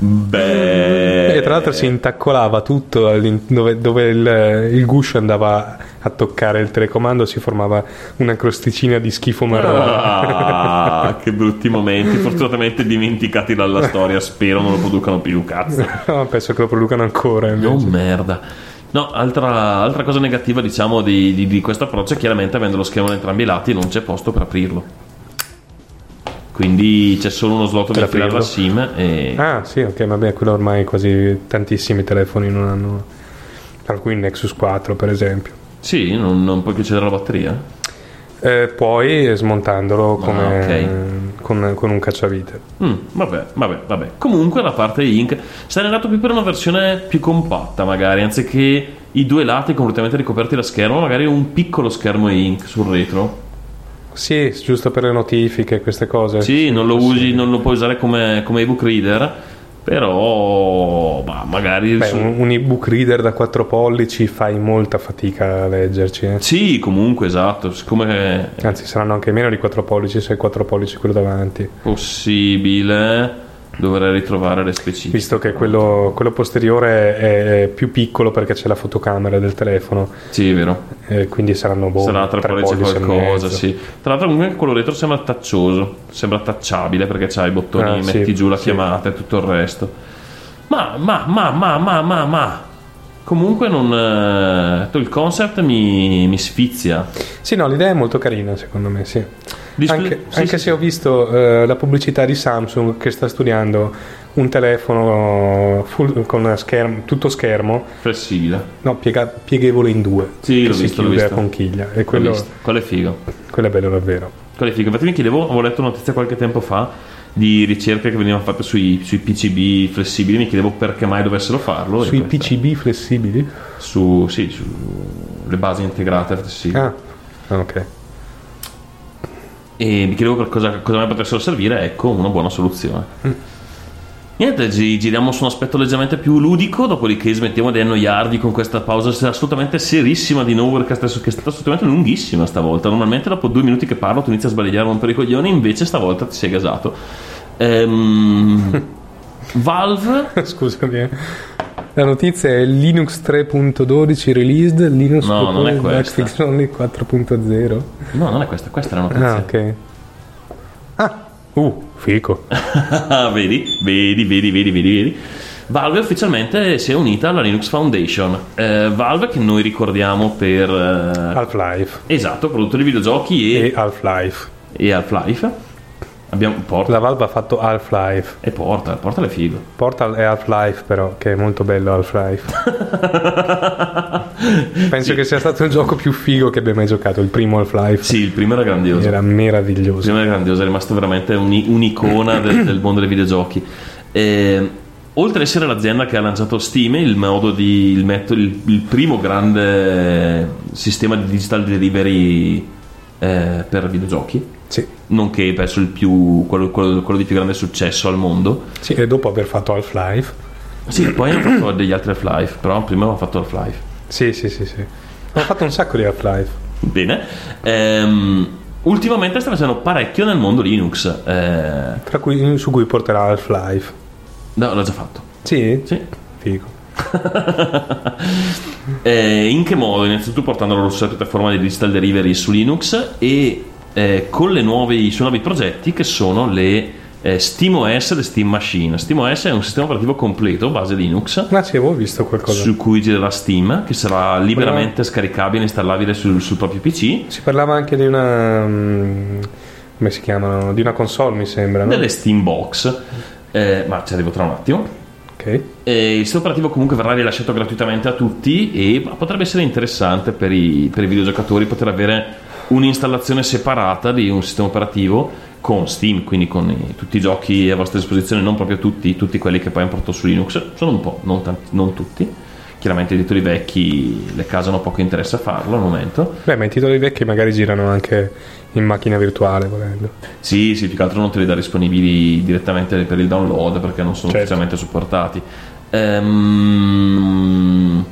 Beh. E tra l'altro si intaccolava tutto all'in- dove, dove il, il guscio andava a toccare il telecomando, si formava una crosticina di schifo marrone. Ah, che brutti momenti, fortunatamente dimenticati dalla storia, spero non lo producano più, cazzo. No, penso che lo producano ancora invece. No, merda. No, altra, altra cosa negativa, diciamo, di, di, di questo approccio è chiaramente, avendo lo schermo da entrambi i lati, non c'è posto per aprirlo. Quindi c'è solo uno slot per infilare la SIM e... Ah sì, ok, vabbè, quello ormai quasi tantissimi telefoni non hanno, tra cui il Nexus quattro per esempio. Sì, non, non puoi chiudere la batteria? Eh, poi smontandolo come, Ah, ok. con, con un cacciavite. Mm, vabbè, vabbè, vabbè. Comunque la parte ink sarei andato più per una versione più compatta, magari, anziché i due lati completamente ricoperti da schermo, magari un piccolo schermo ink sul retro. Sì, giusto per le notifiche, queste cose. Sì, non lo usi, non lo puoi usare come, come ebook reader, però bah, magari Beh, su- un, un ebook reader da quattro pollici fai molta fatica a leggerci, eh. sì, comunque, esatto, siccome è Anzi, saranno anche meno di quattro pollici se hai quattro pollici quello davanti. possibile, dovrei ritrovare le specifiche. Visto che quello, quello posteriore è più piccolo perché c'è la fotocamera del telefono, Sì, è vero. eh, quindi saranno boh, Sarà tre pollici pollici e qualcosa, mezzo. sì. Tra l'altro comunque quello retro sembra taccioso, sembra tacciabile perché c'ha i bottoni, Ah, sì, metti giù la sì. chiamata e tutto il resto. Ma, ma, ma, ma, ma, ma, ma Comunque non, eh, il concept mi, mi sfizia. Sì, no, l'idea è molto carina, secondo me, sì. Display- Anche, sì, anche sì, se ho visto eh, la pubblicità di Samsung che sta studiando un telefono full, con una schermo, tutto schermo, flessibile. no, piega- pieghevole in due, Sì, che l'ho si visto, l'ho chiude a visto. conchiglia. E L'ho quello, visto. Quello è figo. quello è bello davvero. Quello è figo. Infatti mi chiedevo, avevo letto una notizia qualche tempo fa di ricerche che venivano fatte sui, sui P C B flessibili, mi chiedevo perché mai dovessero farlo. e Sui questa- P C B flessibili? Su, sì, su le basi integrate flessibili. Ah, ok. E mi chiedevo per cosa, cosa mai potessero servire. Ecco una buona soluzione. Mm. Niente, gi- giriamo su un aspetto leggermente più ludico, dopodiché smettiamo di annoiarvi con questa pausa assolutamente serissima di Nowherecast, che è stata assolutamente lunghissima stavolta. Normalmente dopo due minuti che parlo tu inizi a sbadigliare un po' i coglioni, invece stavolta ti sei gasato. Ehm, Valve. Scusami, eh. La notizia è Linux tre punto dodici released, Linux No, non è proposed questa. Backfix Only quattro punto zero. No, non è questa, questa è la notizia. Ah, ok. Ah, uh, fico. vedi, vedi, vedi, vedi, vedi, vedi. Valve ufficialmente si è unita alla Linux Foundation. Eh, Valve, che noi ricordiamo per eh, Half-Life esatto, produttore di videogiochi e, e Half-Life. e Half-Life. Abbiamo Portal La Valve ha fatto Half-Life. e Portal, Portal è figo. Portal è Half-Life, però, che è molto bello Half-Life. Penso Sì. che sia stato il gioco più figo che abbia mai giocato, il primo Half-Life. Sì, il primo era grandioso. Era Il meraviglioso. primo era grandioso, è rimasto veramente un- un'icona del, del mondo dei videogiochi. E, oltre ad essere l'azienda che ha lanciato Steam, il modo di il, metodo, il, il primo grande sistema di digital delivery eh, per videogiochi, Sì. nonché penso il più quello, quello- quello di più grande successo al mondo. Sì, e dopo aver fatto Half-Life. Sì, poi hanno fatto degli altri Half-Life, però prima hanno fatto Half-Life. Sì, sì, sì, sì. Hanno fatto un sacco di Half-Life. Bene. Ehm, ultimamente sta facendo parecchio nel mondo Linux. Eh, Tra cui, su cui porterà Half-Life. no, l'ho già fatto. Sì? Sì. Figo. Eh, in che modo? Innanzitutto portandolo sulla piattaforma di digital delivery su Linux e eh, con le nuove, i suoi nuovi progetti che sono le eh, SteamOS e le Steam Machine. SteamOS è un sistema operativo completo base Linux Ma sì, avevo visto qualcosa. su cui girerà Steam, che sarà liberamente scaricabile e installabile sul, sul proprio P C. Si parlava anche di una... mm, come si chiamano? Di una console, mi sembra, no? Delle Steam Box, eh, ma ci arrivo tra un attimo. Ok. E il sistema operativo comunque verrà rilasciato gratuitamente a tutti e potrebbe essere interessante per i, per i videogiocatori poter avere un'installazione separata di un sistema operativo con Steam, quindi con i- tutti i giochi a vostra disposizione, non proprio tutti, tutti quelli che poi hanno portato su Linux, sono un po', non, tanti, non tutti. Chiaramente gli editori vecchi le case hanno poco interesse a farlo al momento. Beh, ma i titoli vecchi magari girano anche in macchina virtuale, volendo. Sì, sì, più che altro non te li dà disponibili direttamente per il download perché non sono Certo. ufficialmente supportati. Ehm,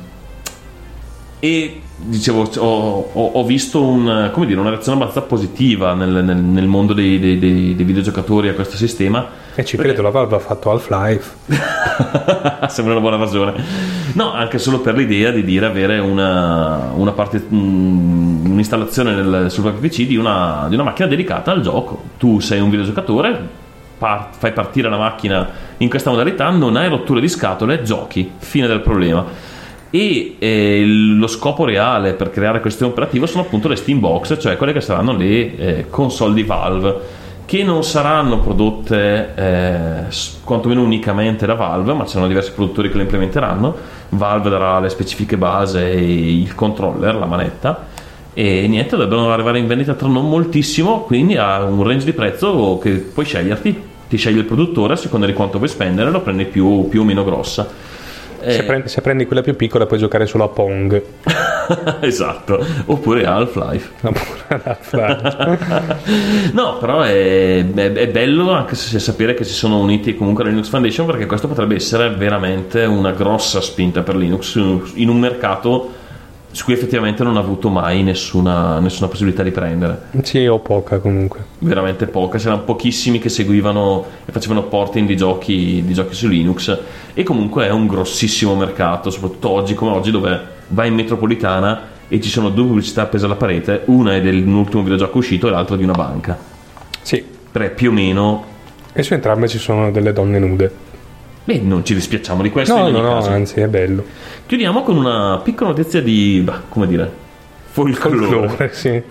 E dicevo, ho, ho- ho visto un, come dire, una reazione abbastanza positiva nel, nel- nel mondo dei, dei- dei- dei videogiocatori a questo sistema. E ci credo, la Valve ha fatto Half-Life. Sembra una buona ragione. No, anche solo per l'idea di dire avere una, una parte, mm, un'installazione nel, sul proprio P C di una, di una macchina dedicata al gioco. Tu sei un videogiocatore, par- fai partire la macchina in questa modalità, non hai rotture di scatole, giochi, fine del problema. E eh, lo scopo reale per creare questo sistema operativo sono appunto le Steam Box, cioè quelle che saranno le eh, console di Valve, che non saranno prodotte eh, s- quantomeno unicamente da Valve, ma ci saranno diversi produttori che le implementeranno. Valve darà le specifiche base e il controller, la manetta, e niente, dovrebbero arrivare in vendita tra non moltissimo, quindi ha un range di prezzo che puoi sceglierti, ti scegli il produttore a seconda di quanto vuoi spendere, lo prendi più, più o meno grossa. Se, Eh, prendi, se prendi quella più piccola puoi giocare solo a Pong. esatto, oppure Half-Life. Oppure Half-Life. No, però è, è- è bello anche se sapere che si sono uniti comunque alla Linux Foundation, perché questo potrebbe essere veramente una grossa spinta per Linux in un mercato su cui effettivamente non ha avuto mai nessuna, nessuna possibilità di prendere. Sì, o poca comunque. Veramente poca, c'erano pochissimi che seguivano e facevano porting di giochi, di giochi su Linux, e comunque è un grossissimo mercato, soprattutto oggi come oggi, dove vai in metropolitana e ci sono due pubblicità appese alla parete, una è dell'ultimo videogioco uscito e l'altra di una banca, Sì. perché più o meno E su entrambe ci sono delle donne nude. Beh, non ci dispiacciamo di questo. No, in no, ogni no, caso. anzi, è bello. Chiudiamo con una piccola notizia di, bah, come dire, folklore. Folklore, sì.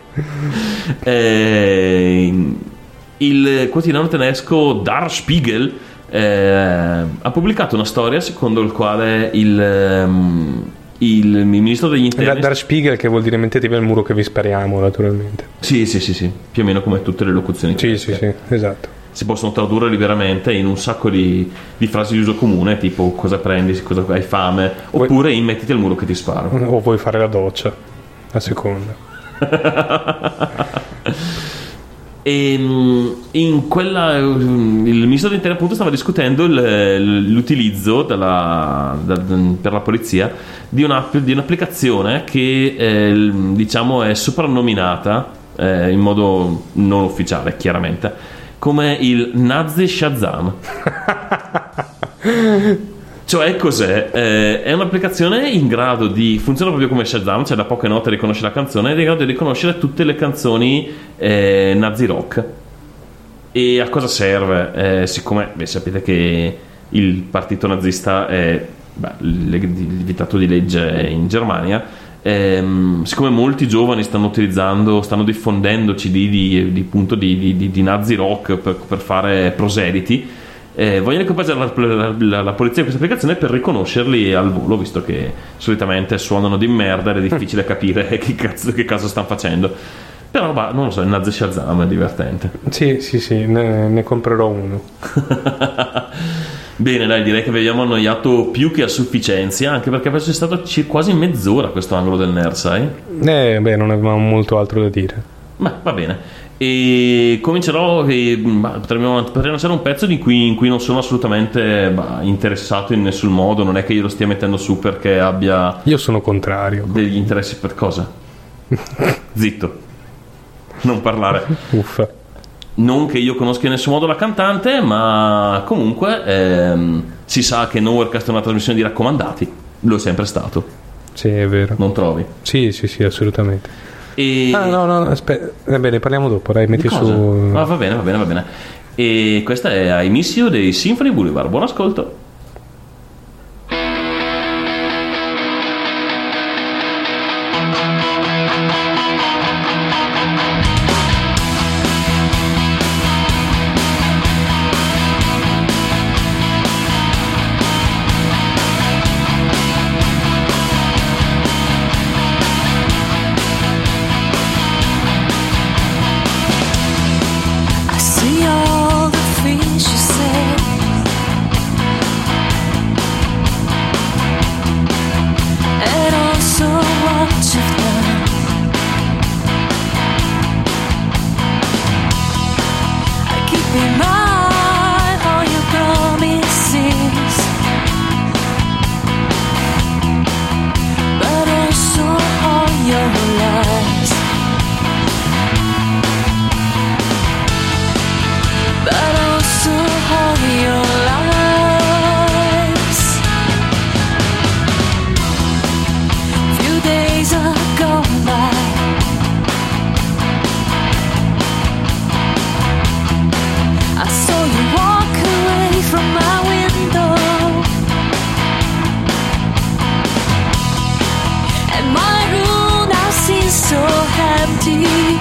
Eh, il quotidiano tedesco Der Spiegel eh, ha pubblicato una storia secondo il quale il, um, il ministro degli Da, interni Der Spiegel, che vuol dire mettetevi al muro che vi spariamo, naturalmente. sì sì sì sì più o meno come tutte le locuzioni Sì, tedesche. sì, sì, esatto. Si possono tradurre liberamente in un sacco di, di frasi di uso comune, tipo cosa prendi, cosa hai fame, oppure in mettiti al muro che ti sparo. O vuoi fare la doccia, a seconda. E in quella il ministro dell'interno appunto stava discutendo il, l'utilizzo della, da, per la polizia di, una, di un'applicazione che eh, diciamo è soprannominata eh, in modo non ufficiale chiaramente come il Nazi Shazam. Cioè cos'è? Eh, è un'applicazione in grado di funziona proprio come Shazam, cioè da poche note riconosce la canzone ed è in grado di riconoscere tutte le canzoni eh, nazi rock. E a cosa serve? Eh, siccome beh, sapete che il partito nazista è beh, vietato di legge in Germania, ehm, siccome molti giovani stanno utilizzando, stanno diffondendo C D di, di, punto di, di, di nazi rock per, per fare proseliti, Eh, vogliono equipaggiare la, la, la, la polizia questa applicazione per riconoscerli al volo, visto che solitamente suonano di merda ed è difficile capire che cazzo, che caso stanno facendo. Però bah, non lo so, il Nazi Shazam è divertente. Sì, sì, sì, ne, ne comprerò uno. Bene, dai, direi che vi abbiamo annoiato più che a sufficienza, anche perché adesso è stato c- quasi mezz'ora questo angolo del nerd, sai? Eh, beh, non avevamo molto altro da dire. Ma va bene. E comincerò e, bah, potremmo, potrei lanciare un pezzo di cui, in cui non sono assolutamente bah, interessato in nessun modo. Non è che io lo stia mettendo su perché abbia Io sono contrario. degli interessi per cosa? Zitto, non parlare. Uffa. Non che io conosca in nessun modo la cantante, ma comunque ehm, si sa che Nowherecast è una trasmissione di raccomandati. Lo è sempre stato, Sì, è vero. non trovi? Sì, sì, sì, assolutamente. E... Ah, no, no, no, aspetta. Va bene, parliamo dopo, dai, metti Di cosa? su. Ah, va bene, va bene, va bene. E questa è I Miss You dei Symphony Boulevard. Buon ascolto. I see all the things you said. And also what you've done. I keep in mind all your promises, but also all your lies. But also all your lies. Few days are gone by. I saw you walk away from my window, and my room now seems so empty.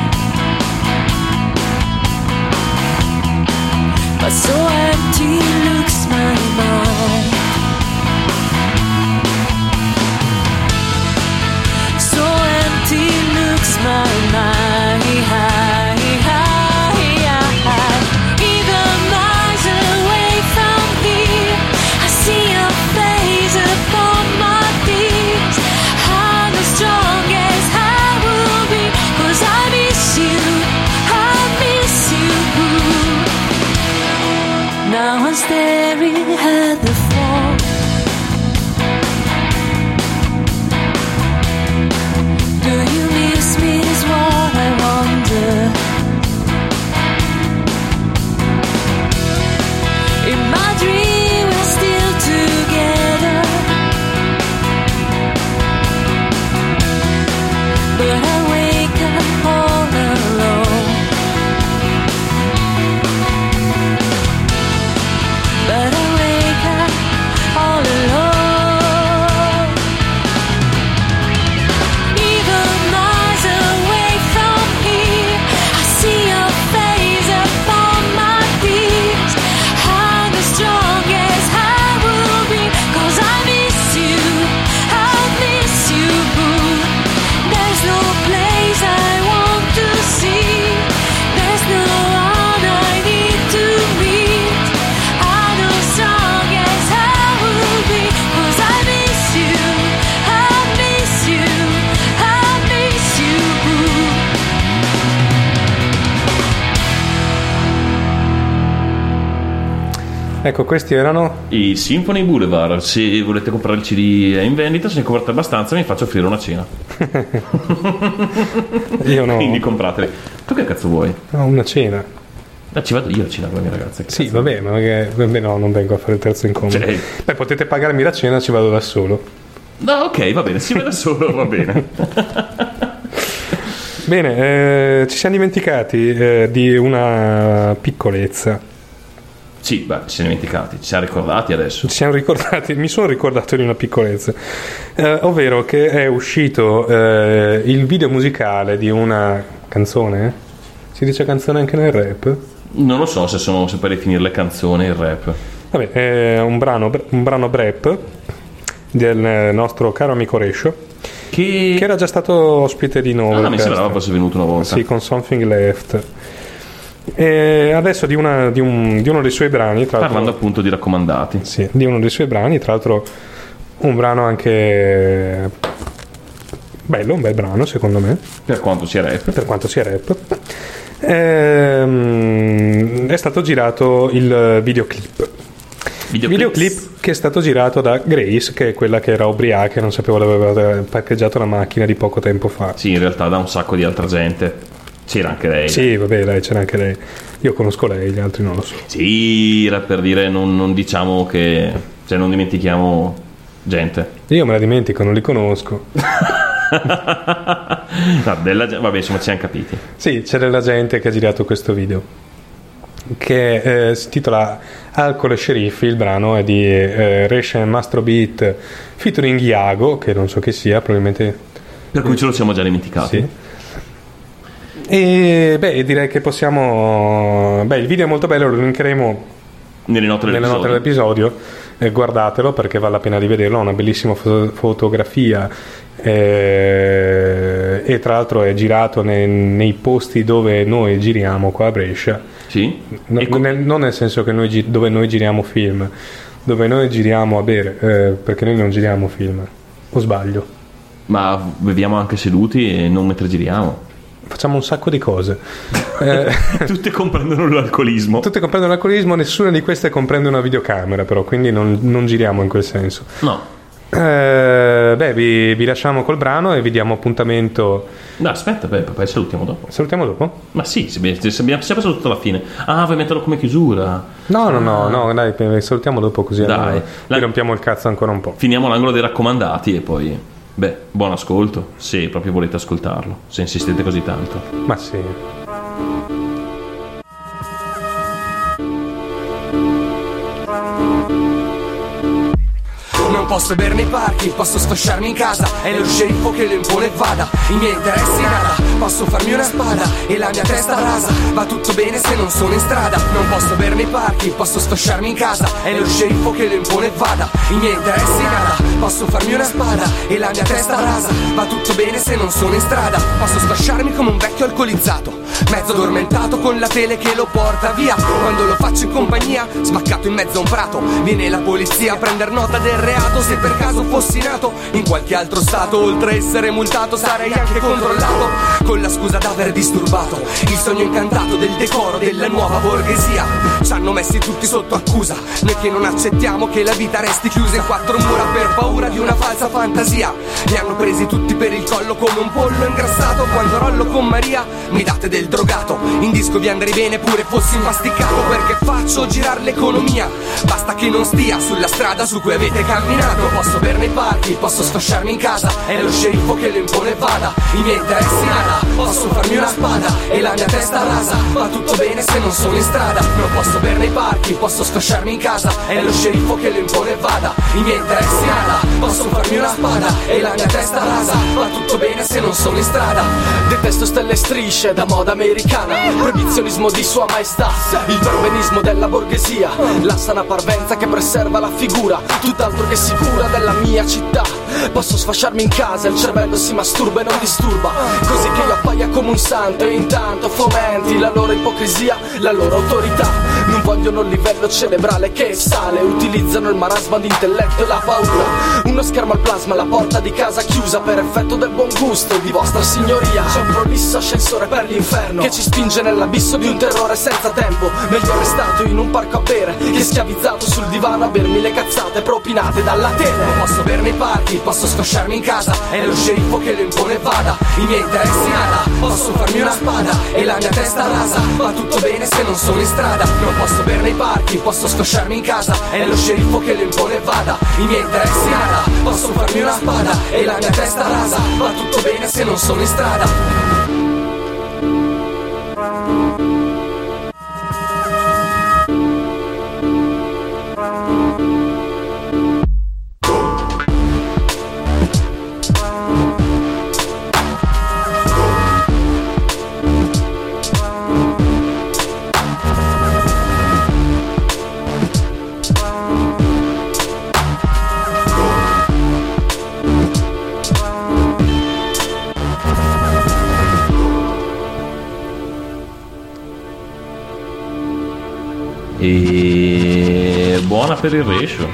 But so empty looks my mind. So empty looks my mind. Even miles away from here, I see your face upon my tears. I'm as strong as I will be, 'cause I miss you, I miss you. Now I'm standing Ecco, questi erano i Symphony Boulevard. Se volete comprare il C D è in vendita, se ne comprate abbastanza mi faccio offrire una cena. Io no. Quindi comprateli. Tu che cazzo vuoi? No, una cena. Ah, ci vado io a cena con le mie ragazze. Che Sì, cazzo vabbè, ma che... vabbè, no, non vengo a fare il terzo incontro. Cioè- Beh, potete pagarmi la cena, ci vado da solo. No, ok, va bene, si vede solo, va bene. Bene, eh, ci siamo dimenticati eh, di una piccolezza. Sì, beh, ci siamo dimenticati, ci siamo ricordati adesso. Ci siamo ricordati, mi sono ricordato di una piccolezza, eh, ovvero che è uscito eh, il video musicale di una canzone. Si dice canzone anche nel rap? Non lo so se sono se puoi definire le canzoni il rap. Vabbè, è un brano, un brano rap del nostro caro amico Rescio, Che, che era già stato ospite di noi. Ah, mi sembrava fosse venuto una volta. Sì, con Something Left. E adesso di, una, di, un, di uno dei suoi brani, tra l'altro, Parlando appunto di raccomandati. sì, di uno dei suoi brani, tra l'altro un brano anche bello, un bel brano secondo me, Per quanto sia rap. per quanto sia rap. Ehm, è stato girato il videoclip. Videoclip. Videoclip che è stato girato da Grace, che è quella che era ubriaca e non sapeva dove aveva parcheggiato la macchina di poco tempo fa. Sì, in realtà da un sacco di altra gente. C'era anche lei. Sì, vabbè, dai, c'era anche lei. Io conosco lei, gli altri non lo so. Sì, era per dire, non, non diciamo che... Cioè, non dimentichiamo gente. Io me la dimentico, non li conosco. No, della, vabbè, insomma, ci siamo capiti. Sì, c'è della gente che ha girato questo video, che eh, si intitola Alcol e Sceriffi. Il brano è di eh, Resha e Mastro Beat featuring Iago, che non so chi sia, probabilmente... Per cui ce lo siamo già dimenticati. Sì. E beh, direi che possiamo... Beh, il video è molto bello, lo linkeremo Nelle note nelle dell'episodio. note dell'episodio. Eh, guardatelo perché vale la pena di vederlo, ha una bellissima fo- fotografia eh, e tra l'altro è girato nei, nei posti dove noi giriamo qua a Brescia. Sì. No, E co- nel- non nel senso che noi gi- dove noi giriamo film, dove noi giriamo a bere, eh, perché noi non giriamo film, o sbaglio? Ma beviamo anche seduti e non mentre giriamo. Facciamo un sacco di cose. Eh, Tutte comprendono l'alcolismo. tutte comprendono l'alcolismo, nessuna di queste comprende una videocamera, però, quindi non, non giriamo in quel senso. No. Eh, beh, vi, vi lasciamo col brano e vi diamo appuntamento. No, aspetta, beh, poi salutiamo dopo. Salutiamo dopo? Ma sì, se abbiamo se abbiamo sempre salutato alla fine. Ah, vuoi metterlo come chiusura? No, no, no, no, dai, salutiamo dopo così Dai. almeno La- vi rompiamo il cazzo ancora un po'. Finiamo l'angolo dei raccomandati e poi... Beh, buon ascolto, se proprio volete ascoltarlo, se insistete così tanto. Ma sì. Non posso bere nei parchi, posso sfasciarmi in casa. È lo sceriffo che lo impone e vada. I miei interessi nada, posso farmi una spada e la mia testa rasa. Va tutto bene se non sono in strada. Non posso bere nei parchi, posso sfasciarmi in casa. È lo sceriffo che lo impone e vada. I miei interessi nada, posso farmi una spada e la mia testa rasa. Va tutto bene se non sono in strada. Posso sfasciarmi come un vecchio alcolizzato, mezzo addormentato con la tele che lo porta via. Quando lo faccio in compagnia, spaccato in mezzo a un prato, viene la polizia a prender nota del reato. Se per caso fossi nato in qualche altro stato, oltre a essere multato sarei anche controllato, con la scusa d'aver disturbato il sogno incantato del decoro della nuova borghesia. Ci hanno messi tutti sotto accusa, noi che non accettiamo che la vita resti chiusa in quattro mura per paura di una falsa fantasia. Mi hanno presi tutti per il collo come un pollo ingrassato. Quando rollo con Maria mi date del drogato, in disco vi andrei bene pure fossi masticato, perché faccio girare l'economia. Basta che non stia sulla strada su cui avete camminato. Posso bere nei parchi, posso sfasciarmi in casa. È lo sceriffo che lo impone e vada. I miei interessi nada, posso farmi una spada e la mia testa rasa. Va tutto bene se non sono in strada. Non posso bere nei parchi, posso sfasciarmi in casa. È lo sceriffo che lo impone e vada. I miei interessi nada, posso farmi una spada e la mia testa rasa. Va tutto bene se non sono in strada. Detesto stelle e strisce da moda americana, proibizionismo di sua maestà, il perbenismo della borghesia, la sana parvenza che preserva la figura, tutt'altro che sicura della mia città. Posso sfasciarmi in casa, il cervello si masturba e non disturba, così che io appaia come un santo e intanto fomenti la loro ipocrisia, la loro autorità. Non vogliono il livello cerebrale che sale, utilizzano il marasma di intelletto e la paura. Uno schermo al plasma, la porta di casa chiusa per effetto del buon gusto di vostra signoria. C'è un prolisso ascensore per l'inferno che ci spinge nell'abisso di un terrore senza tempo. Meglio arrestato in un parco a bere che schiavizzato sul divano a bermi le cazzate propinate dalla tele. Posso bere nei parchi, posso scosciarmi in casa, è lo sceriffo che lo impone e vada. I miei interessi nada, posso farmi una spada e la mia testa rasa. Va tutto bene se non sono in strada. Non posso bere nei parchi, posso scosciarmi in casa, è lo sceriffo che lo impone e vada. I miei interessi nada, posso farmi una spada e la mia testa rasa. Va tutto bene se non sono in strada. E buona per il ratio.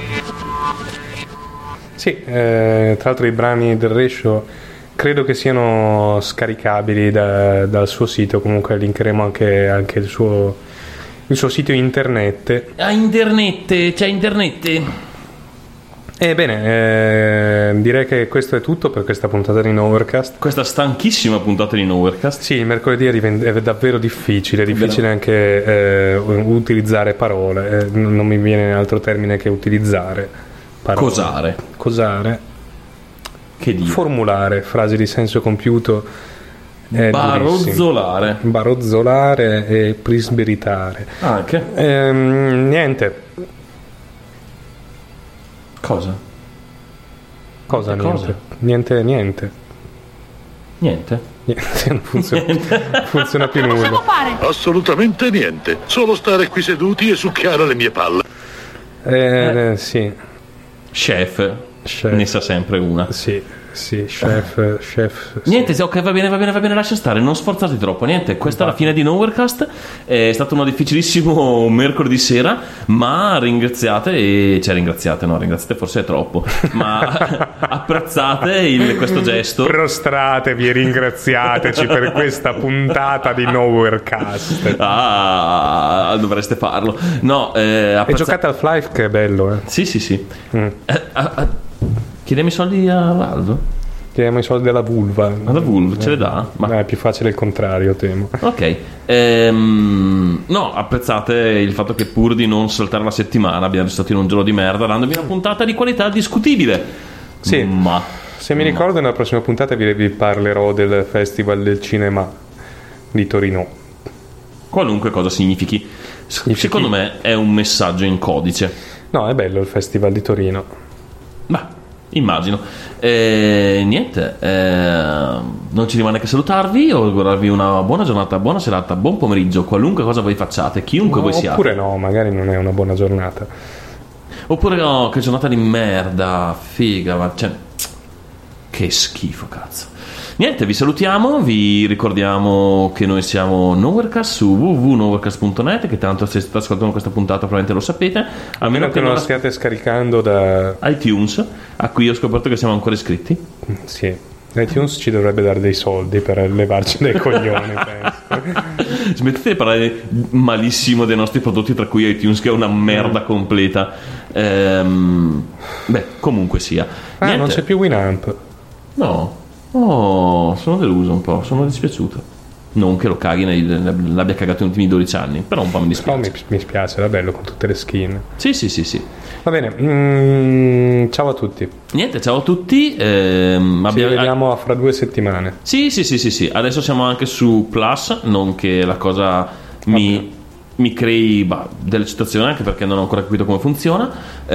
Sì, eh, tra l'altro i brani del ratio credo che siano scaricabili da, dal suo sito, comunque linkeremo anche, anche il, suo, il suo sito internet. A internet, c'è internet. Ebbene, eh, direi che questo è tutto per questa puntata di Nowherecast. Questa stanchissima puntata di Nowherecast. Sì, il mercoledì è, divent- è davvero difficile, è difficile anche eh, utilizzare parole, eh, non mi viene altro termine che utilizzare parole. Cosare. Cosare. Che dire? Formulare frasi di senso compiuto. È Barozzolare. durissimo. Barozzolare e prisberitare. Anche. Ehm, niente. Cosa? Cosa Niente niente? cosa? Niente, niente. Niente. Niente, non funziona, non funziona più nulla. Assolutamente niente. Solo stare qui seduti e succhiare le mie palle. Eh, eh. Sì. Chef. Chef. Ne sa sempre una. Sì, sì, chef, chef. Sì. Niente, ok, va bene, va bene, va bene, lascia stare, non sforzate troppo. Niente, questa è la fine di Nowherecast. È stato un difficilissimo mercoledì sera, ma ringraziate e cioè ringraziate, no, ringraziate forse è troppo, ma apprezzate il, questo gesto. Prostratevi e ringraziateci per questa puntata di Nowherecast. Ah, dovreste farlo. No, eh, apprezza- Hai giocato al Half-Life che è bello, eh? Sì, sì, sì. Mm. Eh, ah, ah, chiediamo i soldi a Valdo? Chiediamo i soldi alla vulva. Alla vulva, ce le dà? Ma... Eh, è più facile il contrario, temo. Ok, ehm, no, apprezzate il fatto che pur di non saltare la settimana abbiamo stato in un giorno di merda dandovi una puntata di qualità discutibile. Sì, ma se mi ricordo nella prossima puntata vi, vi parlerò del Festival del Cinema di Torino. Qualunque cosa significhi. Significhi- Secondo me è un messaggio in codice. No, è bello il Festival di Torino. Beh, immagino. E niente, eh, non ci rimane che salutarvi o augurarvi una buona giornata, buona serata, buon pomeriggio, qualunque cosa voi facciate, chiunque No, voi siate. oppure no, magari non è una buona giornata. Oppure no, che giornata di merda, figa, ma cioè, che schifo, cazzo. Niente, vi salutiamo, vi ricordiamo che noi siamo Nowherecast su w w w punto nowherecast punto net, che tanto se state ascoltando questa puntata probabilmente lo sapete, a meno che non non la stiate scaricando da iTunes, a cui ho scoperto che siamo ancora iscritti. Sì, iTunes ci dovrebbe dare dei soldi per levarci dai coglioni, penso. Smettete di parlare malissimo dei nostri prodotti, tra cui iTunes, che è una merda completa. Ehm, beh, comunque sia. Ah, Niente. non c'è più Winamp. No. Oh, sono deluso un po', sono dispiaciuto. Non che lo caghi, nei- l'abbia cagato negli ultimi dodici anni, però un po' mi No, dispiace. mi, mi spiace, era bello con tutte le skin. Sì, sì, sì, sì. Va bene, mm, ciao a tutti. Niente, ciao a tutti. ehm, Ci abbiamo- vediamo a fra due settimane. Sì, sì, sì, sì, sì. Adesso siamo anche su Plus, non che la cosa mi, mi crei bah, dell'eccitazione, anche perché non ho ancora capito come funziona.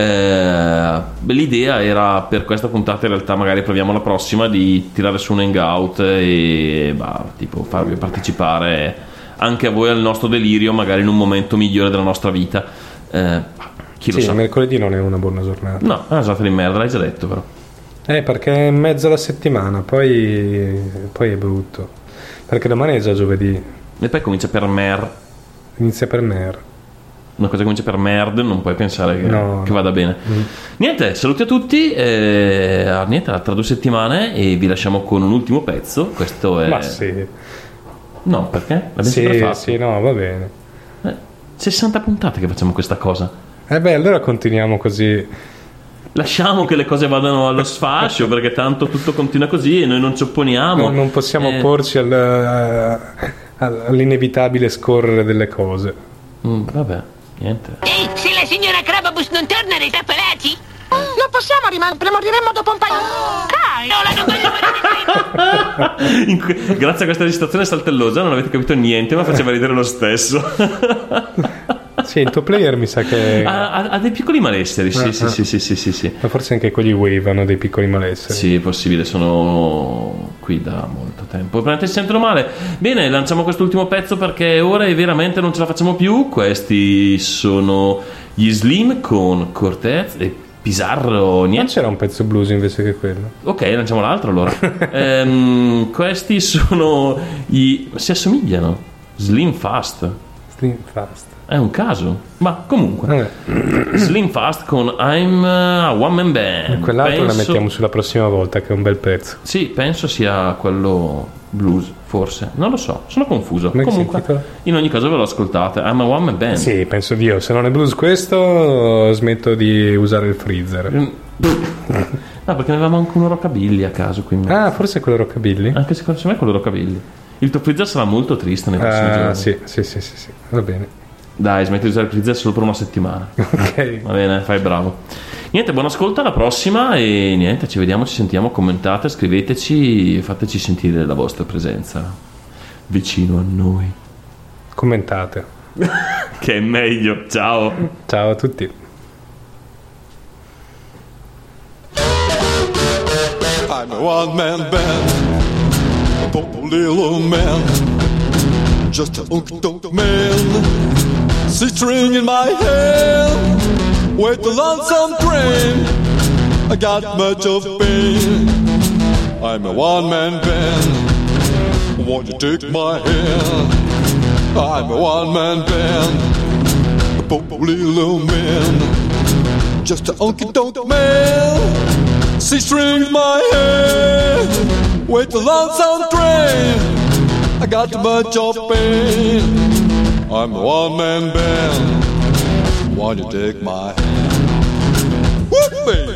Eh, l'idea era per questa puntata, in realtà magari proviamo la prossima, di tirare su un hangout e bah, tipo farvi partecipare anche a voi al nostro delirio, magari in un momento migliore della nostra vita. Eh, chi lo Sì, sa. mercoledì non è una buona giornata. No, è una giornata di merda, l'hai già detto però. Eh, perché è in mezzo alla settimana, poi, poi è brutto. Perché domani è già giovedì, E poi comincia per mer. inizia per me. una cosa che comincia per merde non puoi pensare che, No, che no. vada bene. Mm. Niente, saluti a tutti, eh, niente, tra due settimane e vi lasciamo con un ultimo pezzo. Questo è... Ma sì. No, perché? L'abbiamo sempre Sì, fatto. sì, no, va bene. Eh, sessanta puntate che facciamo questa cosa. Eh beh, allora continuiamo così. Lasciamo che le cose vadano allo sfascio perché tanto tutto continua così e noi non ci opponiamo. No, non possiamo Eh, opporci al, eh, all'inevitabile scorrere delle cose. mm, vabbè, niente. Ehi, se la signora Krababus non torna nei tappalati? Non possiamo rimanere, moriremmo dopo un paio. Dai, non la In que- Grazie a questa registrazione saltellosa non avete capito niente, ma faceva ridere lo stesso. Sì, il tuo player mi sa che... ha, ha- ha dei piccoli malesseri, sì, Ah, sì, ah. sì, sì, sì, sì, sì. Ma forse anche quelli Wave hanno dei piccoli malesseri. Sì, è possibile, sono qui da molto tempo. Veramente si sentono male. Bene, lanciamo quest'ultimo pezzo perché ora è veramente non ce la facciamo più. Questi sono gli Slim con Cortez e Pizarro. Non Niente. c'era un pezzo blues invece che quello? Ok, lanciamo l'altro allora. Ehm, questi sono gli... si assomigliano. Slim Fast. Slim Fast. È un caso. Ma comunque. Vabbè. Slim Fast con I'm a One Man Band. Quell'altro la Penso- mettiamo sulla prossima volta, che è un bel pezzo. Sì, penso sia quello blues, forse. Non lo so, sono confuso. Come si Comunque, intitola? in ogni caso ve lo ascoltate. I'm a One Man Band. Sì, penso di io. Se non è blues questo, smetto di usare il freezer. Mm. No, perché ne avevamo anche uno rockabilly a caso. Quindi. Ah, forse è quello rockabilly? Anche secondo me è quello rockabilly. Il tuo freezer sarà molto triste nei prossimi Ah, giorni. sì, sì, sì, sì, sì, va bene. Dai, smetti di usare il freezer solo per una settimana. Ok. Va bene, fai bravo. Niente, buon ascolto, alla prossima e niente, ci vediamo, ci sentiamo, commentate, scriveteci, fateci sentire la vostra presenza vicino a noi. Commentate. Che è meglio. Ciao. Ciao a tutti. I'm a one-man band, a poor little man, just a honky-tonk man, C-string in my hand, wait the lonesome train, I got much of pain. I'm a one-man band, won't you take my hand? I'm a one-man band, a poor little man, just a honky-tonk man. C-strings my head, wait the lonesome train, I got too much of pain. I'm a one-man band, won't you take my hand? Woo, baby!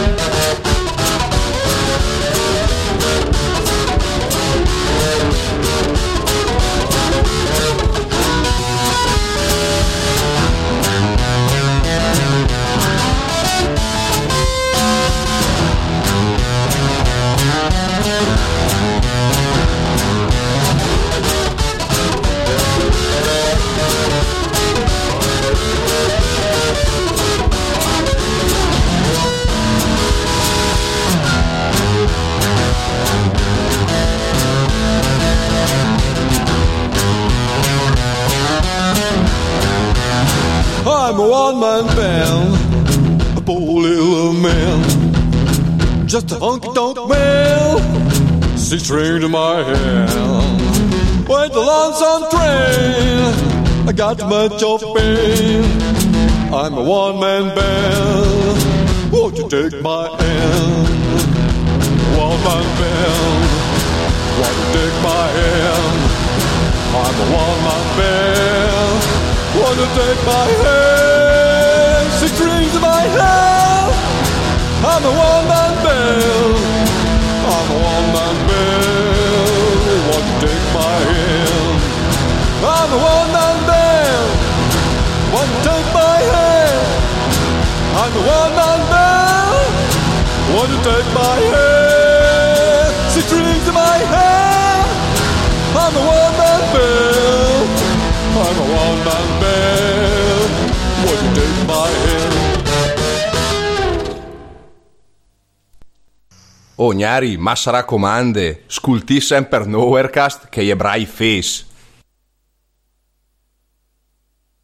I'm a one-man band, a poor little man, just a honky-tonk man, C-string to my hand. Wait the lonesome train, I got too much of pain. I'm a one-man band, won't you take my hand? One-man band, won't you take my hand? I'm a one-man band, won't you take my hand? Six strings in my hand. I'm a one-man band, I'm a one-man band, won't you take my hand? I'm a one-man band, won't you take my hand? I'm a one-man band, won't you take my hand? Six strings in my hand. I'm a one-man band, I'm a one-man band, won't you take my hand? Oh, Gnari, massa raccomande, sculti sempre Nowherecast che gli ebrai face.